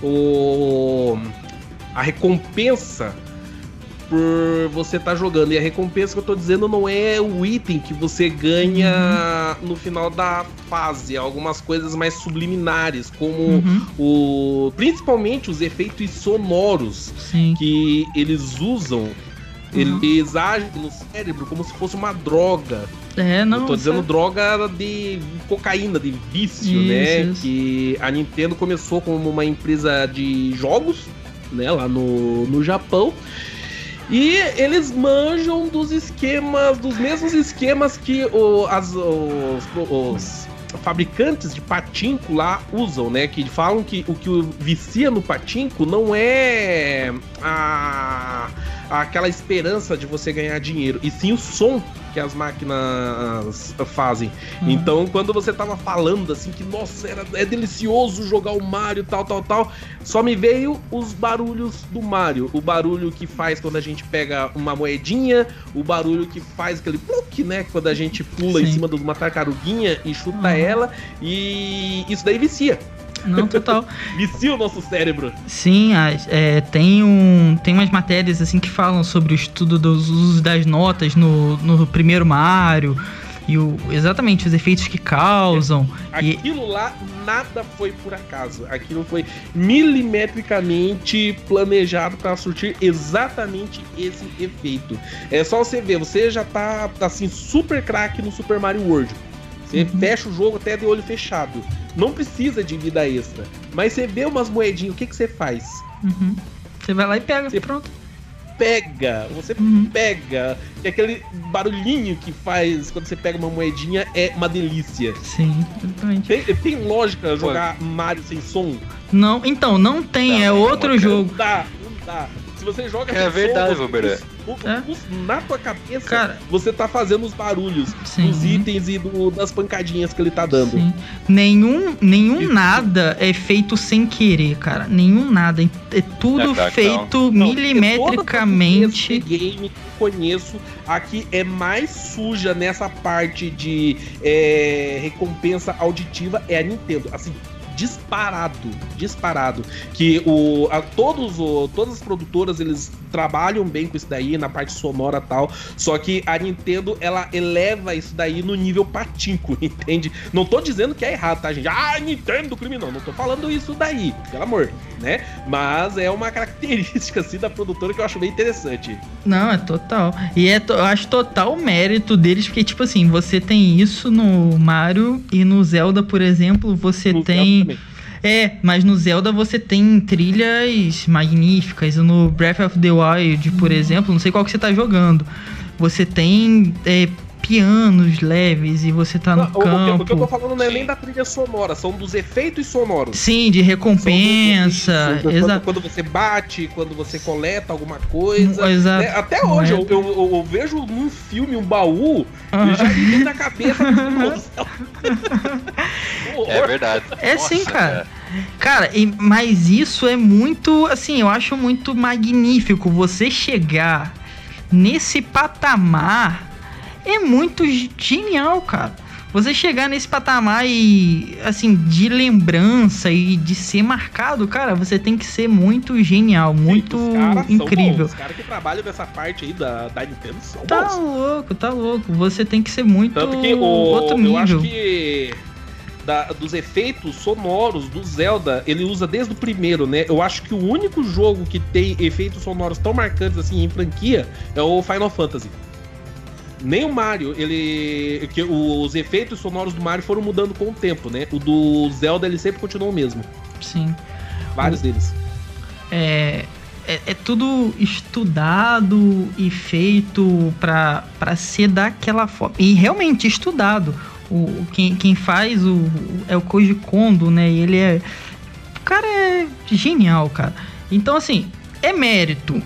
o, a recompensa por você estar tá jogando. E a recompensa que eu tô dizendo não é o item que você ganha uhum. no final da fase, algumas coisas mais subliminares, como uhum. o principalmente os efeitos sonoros. Sim. Que eles usam, uhum. eles agem no cérebro como se fosse uma droga. É, não, eu tô dizendo é... droga de cocaína, de vício, isso, né? Isso. Que a Nintendo começou como uma empresa de jogos, né, lá no, no Japão. E eles manjam dos esquemas, dos mesmos esquemas que o, as, os, os fabricantes de patinco lá usam, né? Que falam que o que vicia no patinco não é a, aquela esperança de você ganhar dinheiro, e sim o som que as máquinas fazem. Uhum. Então, quando você tava falando assim que, nossa, era, é delicioso jogar o Mario, tal, tal, tal, só me veio os barulhos do Mario. O barulho que faz quando a gente pega uma moedinha, o barulho que faz aquele pluck, né? Quando a gente pula Sim. em cima de uma tartaruguinha e chuta uhum. ela, e isso daí vicia. Não, total. Vicia o nosso cérebro. Sim, é, tem, um, tem umas matérias assim que falam sobre o estudo dos usos das notas no, no primeiro Mario e o, exatamente os efeitos que causam. Aquilo e... lá nada foi por acaso. Aquilo foi milimetricamente planejado para surtir exatamente esse efeito. É só você ver, você já tá assim super craque no Super Mario World. Você uhum. fecha o jogo até de olho fechado. Não precisa de vida extra. Mas você vê umas moedinhas, o que, que você faz? Uhum. Você vai lá e pega, você pronto. Pega, você uhum. pega. E aquele barulhinho que faz quando você pega uma moedinha é uma delícia. Sim, exatamente. Tem, tem lógica jogar Pô. Mario sem som? Não, então, não tem, não, é outro jogo. Não dá, não dá. Se você joga é verdade, Valber. É? Na tua cabeça, cara, você tá fazendo os barulhos sim. dos itens e do, das pancadinhas que ele tá dando. Sim. Nenhum, nenhum nada é feito sem querer, cara. Nenhum nada. É tudo é feito não. milimetricamente. Todo game que eu conheço aqui é mais suja nessa parte de é, recompensa auditiva é a Nintendo. Assim, disparado, disparado, que o, a, todos, o, todas as produtoras, eles trabalham bem com isso daí, na parte sonora e tal, só que a Nintendo, ela eleva isso daí no nível patinco, entende? Não tô dizendo que é errado, tá, gente? Ah, Nintendo criminal, não tô falando isso daí, pelo amor, né? Mas é uma característica, assim, da produtora que eu acho bem interessante. Não, é total. E é to, eu acho total mérito deles, porque, tipo assim, você tem isso no Mario e no Zelda, por exemplo, você no tem... É, mas no Zelda você tem trilhas magníficas. No Breath of the Wild, por exemplo, não sei qual que você tá jogando, você tem é, pianos leves e você tá no não, campo. O que eu tô falando não é nem da trilha sonora, são dos efeitos sonoros. Sim, de recompensa. Quando, exa- quando você bate, quando você coleta alguma coisa. Exato. Né? Até hoje, eu, eu, eu, eu vejo num filme um baú ah. e já me vem na cabeça. É verdade. É Nossa, sim, cara. Cara, e, mas isso é muito, assim, eu acho muito magnífico. Você chegar nesse patamar é muito genial, cara. você chegar nesse patamar e, assim, de lembrança e de ser marcado, cara, você tem que ser muito genial, muito Sim, incrível. Os caras que trabalham nessa parte aí da, da Nintendo são Tá bons. louco, tá louco. Você tem que ser muito Tanto que o, outro nível. eu acho que da, dos efeitos sonoros do Zelda, ele usa desde o primeiro, né? Eu acho que o único jogo que tem efeitos sonoros tão marcantes assim em franquia é o Final Fantasy. Nem o Mario, ele. Que os efeitos sonoros do Mario foram mudando com o tempo, né? O do Zelda, ele sempre continuou o mesmo. Sim. Vários o, deles. É, é, é tudo estudado e feito pra, pra ser daquela forma. E realmente estudado. O, quem, quem faz o, é o Koji Kondo, né? E ele é. O cara é genial, cara. Então, assim, é mérito.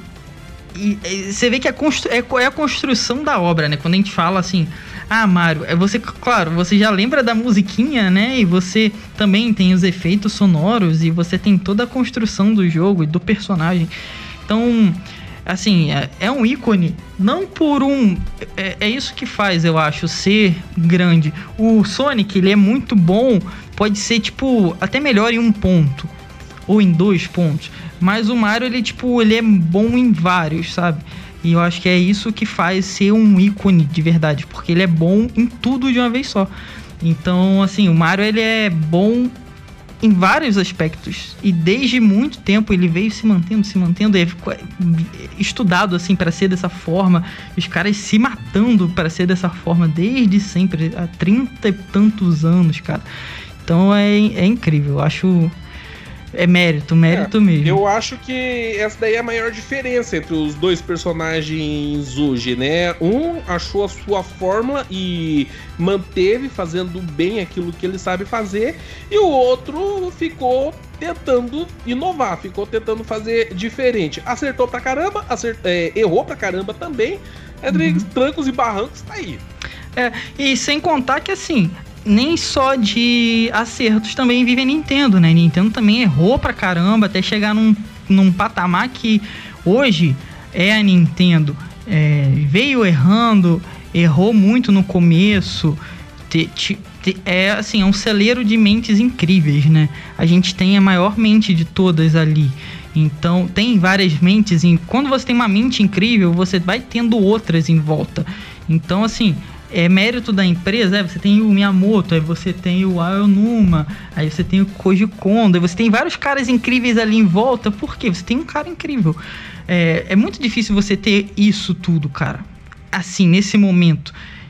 E, e você vê que é, constru, é, é a construção da obra, né? Quando a gente fala assim, ah, Mario, é você, claro, você já lembra da musiquinha, né? E você também tem os efeitos sonoros e você tem toda a construção do jogo e do personagem. Então, assim, é, é um ícone, não por um... É, é isso que faz, eu acho, ser grande. O Sonic, ele é muito bom, pode ser, tipo, até melhor em um ponto. Ou em dois pontos. Mas o Mario, ele, tipo, ele é bom em vários, sabe? E eu acho que é isso que faz ser um ícone de verdade. Porque ele é bom em tudo de uma vez só. Então, assim, o Mario, ele é bom em vários aspectos. E desde muito tempo ele veio se mantendo, se mantendo. Ele ficou estudado, assim, para ser dessa forma. Os caras se matando para ser dessa forma desde sempre. Há trinta e tantos anos, cara. Então, é, é incrível. Eu acho... É mérito, mérito é, mesmo. Eu acho que essa daí é a maior diferença entre os dois personagens hoje, né? Um achou a sua fórmula e manteve fazendo bem aquilo que ele sabe fazer, e o outro ficou tentando inovar, ficou tentando fazer diferente. Acertou pra caramba, acert... é, errou pra caramba também. Entre uhum. trancos e barrancos, tá aí. É, e sem contar que, assim... Nem só de acertos também vive a Nintendo, né? Nintendo também errou pra caramba até chegar num, num patamar que hoje é a Nintendo. É, veio errando, errou muito no começo. Te, te, te, é assim, é um celeiro de mentes incríveis, né? A gente tem a maior mente de todas ali. Então, tem várias mentes. E quando você tem uma mente incrível, você vai tendo outras em volta. Então, assim... É mérito da empresa, é, você tem o Miyamoto, aí você tem o Aonuma, aí você tem o Koji Kondo, aí você tem vários caras incríveis ali em volta. Por quê? Você tem um cara incrível. É, é muito difícil você ter isso tudo, cara. Assim, nesse momento.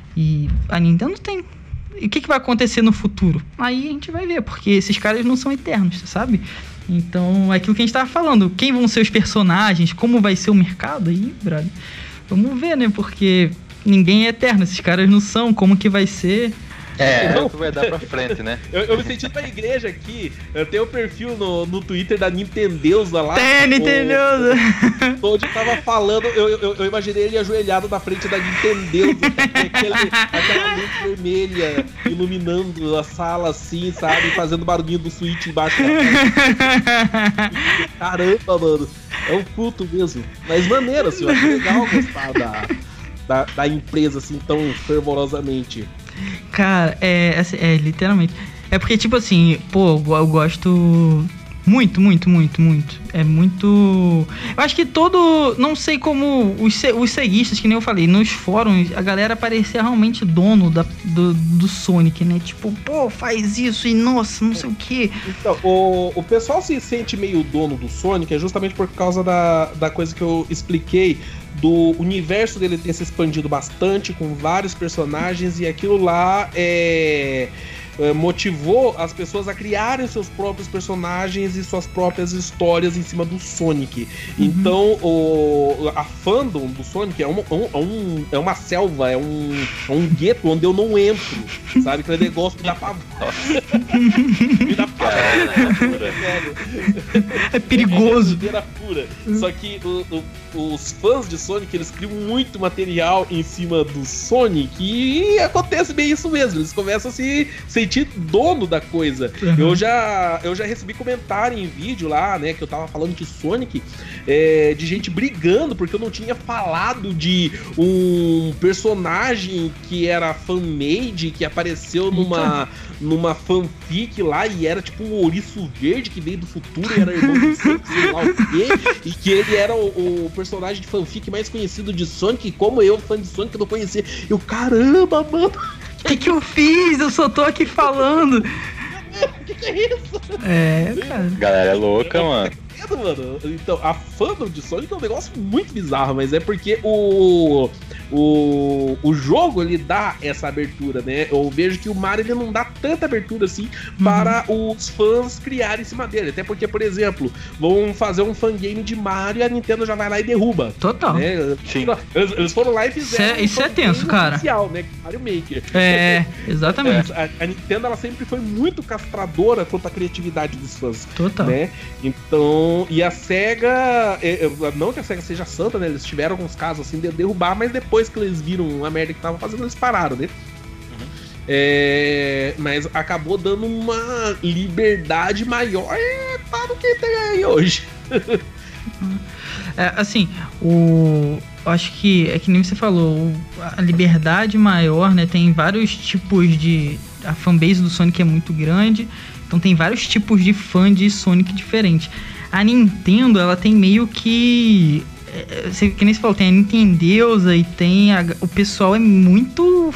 E a Nintendo tem. E o que, que vai acontecer no futuro? Aí a gente vai ver, porque esses caras não são eternos, sabe? Então, é aquilo que a gente tava falando. Quem vão ser os personagens? Como vai ser o mercado? Aí, brother, vamos ver, né? Porque... Ninguém é eterno, esses caras não são, como que vai ser? É, não, vai dar pra frente, né? eu, eu me senti na igreja aqui, eu tenho o um perfil no, no Twitter da Nintendeusa lá. Tem, Nintendeusa! Onde tava falando, eu, eu, eu imaginei ele ajoelhado na frente da Nintendeusa, aquele, aquela luz vermelha iluminando a sala assim, sabe? Fazendo barulhinho do Switch embaixo da Caramba, mano, é um culto mesmo. Mas maneiro, assim, eu acho legal gostar da... Da, da empresa, assim, tão fervorosamente. Cara, é, é, é, literalmente. É porque, tipo assim, pô, eu gosto muito, muito, muito, muito. É muito... Eu acho que todo... Não sei como os, os ceguistas, que nem eu falei, nos fóruns, a galera parecia realmente dono da, do, do Sonic, né? Tipo, pô, faz isso e nossa, não sei o quê. Então, o, o pessoal se sente meio dono do Sonic é justamente por causa da, da coisa que eu expliquei, do universo dele ter se expandido bastante com vários personagens, e aquilo lá é, é, motivou as pessoas a criarem seus próprios personagens e suas próprias histórias em cima do Sonic. Uhum. Então o, a fandom do Sonic é, um, um, um, é uma selva, é um, é um gueto onde eu não entro, sabe? Aquele negócio me dá pavor. Me dá pavor. É perigoso. abertura. Só que o, o, os fãs de Sonic, eles criam muito material em cima do Sonic e acontece bem isso mesmo. Eles começam a se sentir dono da coisa. Uhum. Eu, já, eu já recebi comentário em vídeo lá, né, que eu tava falando de Sonic, é, de gente brigando porque eu não tinha falado de um personagem que era fan-made, que apareceu numa, numa fanfic lá e era tipo um ouriço verde que veio do futuro e era irmão do Sonic, sei lá o quê, e que ele era o, o personagem de fanfic mais conhecido de Sonic, e como eu, fã de Sonic, eu não conhecia. Eu, caramba, mano! O que que eu fiz? Eu só tô aqui falando. O que que é isso? É, cara. Galera é louca, mano. Mano, então, a fandom de Sonic é um negócio muito bizarro, mas é porque o, o, o jogo, ele dá essa abertura, né? Eu vejo que o Mario, ele não dá tanta abertura assim uhum. para os fãs criarem em cima dele. Até porque, por exemplo, vão fazer um fangame de Mario e a Nintendo já vai lá e derruba. Total. Né? Sim. Eles, eles foram lá e fizeram Isso é, isso é tenso, cara. Oficial, né? Mario Maker. É, exatamente. A, a Nintendo, ela sempre foi muito castradora quanto à criatividade dos fãs. Total. Né? Então, e a SEGA, não que a SEGA seja santa, né? Eles tiveram alguns casos assim de derrubar, mas depois que eles viram a merda que tava fazendo, eles pararam, né? Uhum. É, mas acabou dando uma liberdade maior para o que tem aí hoje. É, assim, o... eu acho que é que nem você falou, a liberdade maior, né? Tem vários tipos de... A fanbase do Sonic é muito grande, então tem vários tipos de fã de Sonic diferentes. A Nintendo, ela tem meio que... É, que nem você falou, tem a Nintendeusa e tem... A, o pessoal é muito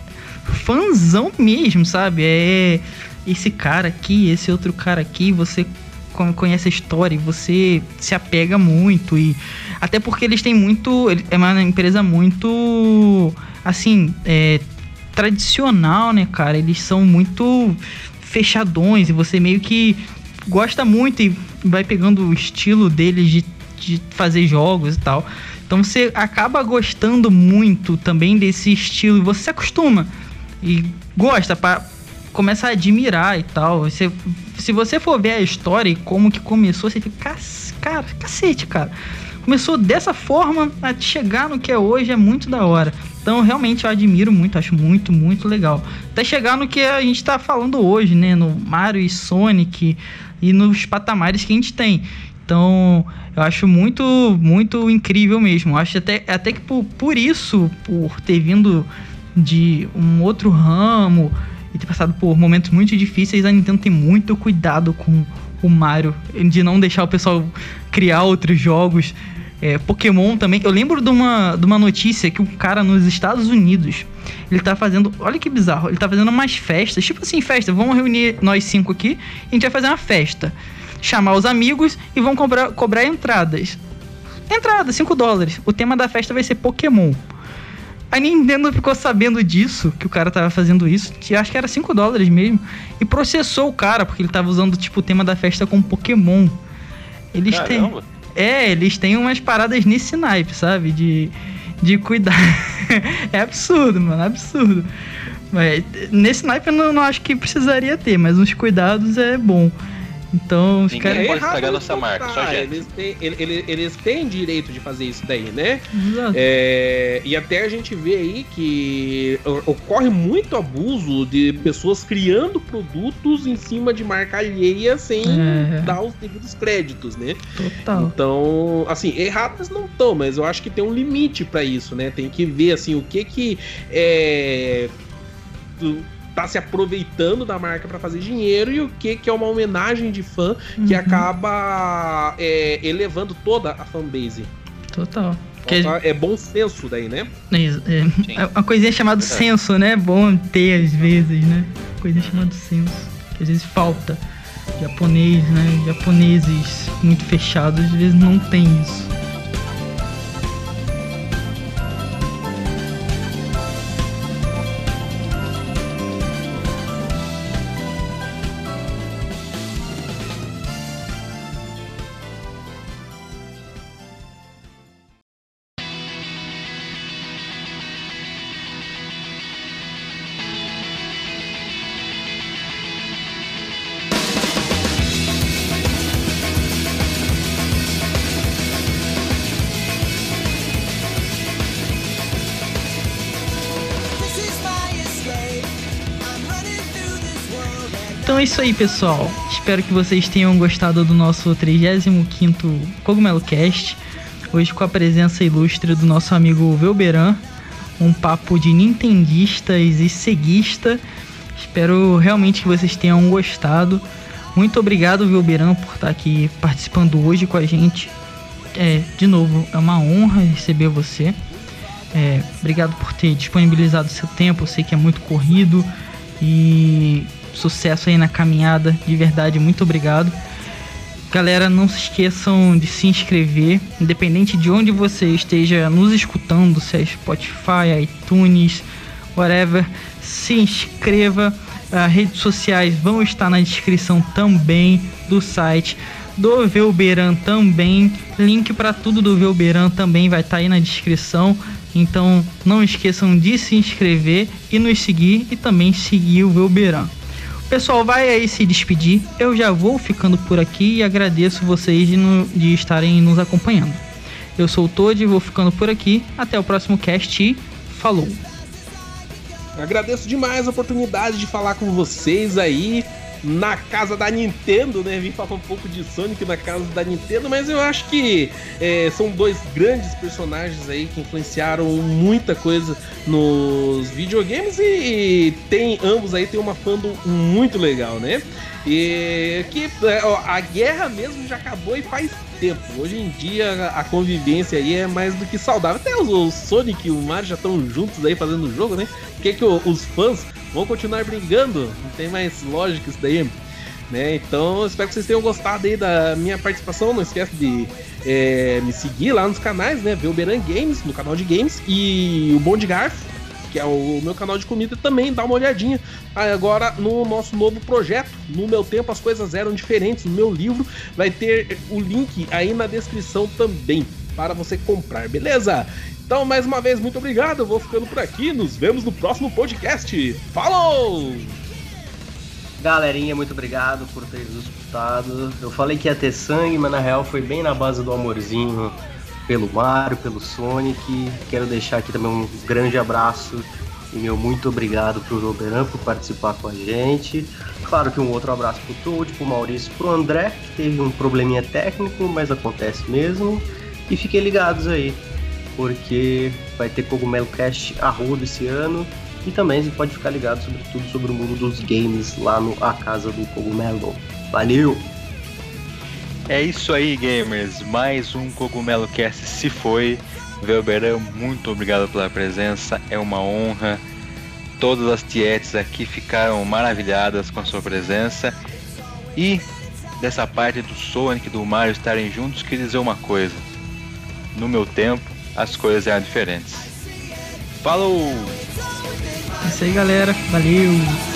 fãzão mesmo, sabe? É esse cara aqui, esse outro cara aqui, você conhece a história e você se apega muito. E até porque eles têm muito... É uma empresa muito... Assim, é, tradicional, né, cara? Eles são muito fechadões e você meio que gosta muito e vai pegando o estilo deles de, de fazer jogos e tal. Então você acaba gostando muito também desse estilo e você se acostuma e gosta, pra, começa a admirar e tal. Você, se você for ver a história e como que começou, você fica, cara, cacete, cara. Começou dessa forma a chegar no que é hoje, é muito da hora. Então, realmente, eu admiro muito, acho muito, muito legal. Até chegar no que a gente tá falando hoje, né? No Mario e Sonic e nos patamares que a gente tem. Então, eu acho muito, muito incrível mesmo. Eu acho até, até que por, por isso, por ter vindo de um outro ramo e ter passado por momentos muito difíceis, a Nintendo tem muito cuidado com o Mario, de não deixar o pessoal criar outros jogos. É, Pokémon também. Eu lembro de uma, de uma notícia que um cara nos Estados Unidos, ele tá fazendo, olha que bizarro, ele tá fazendo umas festas, tipo assim, festa, vamos reunir nós cinco aqui, e a gente vai fazer uma festa, chamar os amigos e vão cobrar, cobrar entradas. Entrada, cinco dólares. O tema da festa vai ser Pokémon. A Nintendo ficou sabendo disso, que o cara tava fazendo isso, que acho que era cinco dólares mesmo, e processou o cara, porque ele tava usando, tipo, o tema da festa com Pokémon. Eles Caramba. têm... É, eles têm umas paradas nesse naipe, sabe? De, de cuidar. É absurdo, mano, absurdo. Mas nesse naipe eu não, não acho que precisaria ter, mas uns cuidados é bom. Então, os Ninguém caras... pode estragar nossa marca, só gente. Eles têm, eles, eles têm direito de fazer isso daí, né? Exato. É, e até a gente vê aí que ocorre muito abuso de pessoas criando produtos em cima de marca alheia sem É. dar os devidos créditos, né? Total. Então, assim, erradas não estão, mas eu acho que tem um limite pra isso, né? Tem que ver, assim, o que que é... tá se aproveitando da marca pra fazer dinheiro e o que que é uma homenagem de fã que Uhum. acaba é, elevando toda a fanbase. Total. Que Então, é bom senso daí, né? é, é, é uma coisinha chamada senso, né? Bom ter às vezes, né? Coisinha chamada senso. Que às vezes falta. Japonês, né? Japoneses muito fechados, às vezes não tem isso. Então é isso aí, pessoal. Espero que vocês tenham gostado do nosso trigésimo quinto Cogumelo Cast. Hoje com a presença ilustre do nosso amigo Velberan. Um papo de nintendistas e ceguista. Espero realmente que vocês tenham gostado. Muito obrigado, Velberan, por estar aqui participando hoje com a gente. É, de novo, é uma honra receber você. É, obrigado por ter disponibilizado seu tempo. Eu sei que é muito corrido. E sucesso aí na caminhada. De verdade, muito obrigado. Galera, não se esqueçam de se inscrever, independente de onde você esteja nos escutando, se é Spotify, iTunes, whatever, se inscreva. As redes sociais vão estar na descrição também do site do Velberan também. Link para tudo do Velberan também vai estar aí na descrição. Então não esqueçam de se inscrever e nos seguir e também seguir o Velberan. Pessoal, vai aí se despedir. Eu já vou ficando por aqui e agradeço vocês de, no, de estarem nos acompanhando. Eu sou o Todd e vou ficando por aqui. Até o próximo cast e falou! Agradeço demais a oportunidade de falar com vocês aí na casa da Nintendo, né? Vim falar um pouco de Sonic na casa da Nintendo, mas eu acho que é, são dois grandes personagens aí que influenciaram muita coisa nos videogames e, e tem, ambos aí tem uma fandom muito legal, né? E que ó, a guerra mesmo já acabou e faz tempo. Hoje em dia a convivência aí é mais do que saudável. Até os, o Sonic e o Mario já estão juntos aí fazendo o jogo, né? Por que que o, os fãs vão continuar brigando? Não tem mais lógica isso daí, né? Então, espero que vocês tenham gostado aí da minha participação. Não esquece de é, me seguir lá nos canais, né? Velberan Games, no canal de games, e o Bom de Garfo, que é o meu canal de comida, também dá uma olhadinha agora no nosso novo projeto. No Meu Tempo as Coisas Eram Diferentes, no meu livro, vai ter o link aí na descrição também para você comprar, beleza? Então, mais uma vez, muito obrigado. Eu vou ficando por aqui. Nos vemos no próximo podcast. Falou! Galerinha, muito obrigado por ter nos escutado. Eu falei que ia ter sangue, mas na real foi bem na base do amorzinho pelo Mario, pelo Sonic. Quero deixar aqui também um grande abraço e meu muito obrigado pro Velberan por participar com a gente. Claro que um outro abraço pro Todd, pro Maurício, pro André, que teve um probleminha técnico, mas acontece mesmo. E fiquem ligados aí, porque vai ter Cogumelo Cast a rodo esse ano. E também você pode ficar ligado sobre tudo sobre o mundo dos games lá no A Casa do Cogumelo. Valeu! É isso aí, gamers. Mais um Cogumelo Cast se foi. Velberan, muito obrigado pela presença. É uma honra. Todas as tietes aqui ficaram maravilhadas com a sua presença. E dessa parte do Sonic e do Mario estarem juntos, queria dizer uma coisa. No meu tempo, as coisas eram diferentes. Falou! É isso aí, galera. Valeu!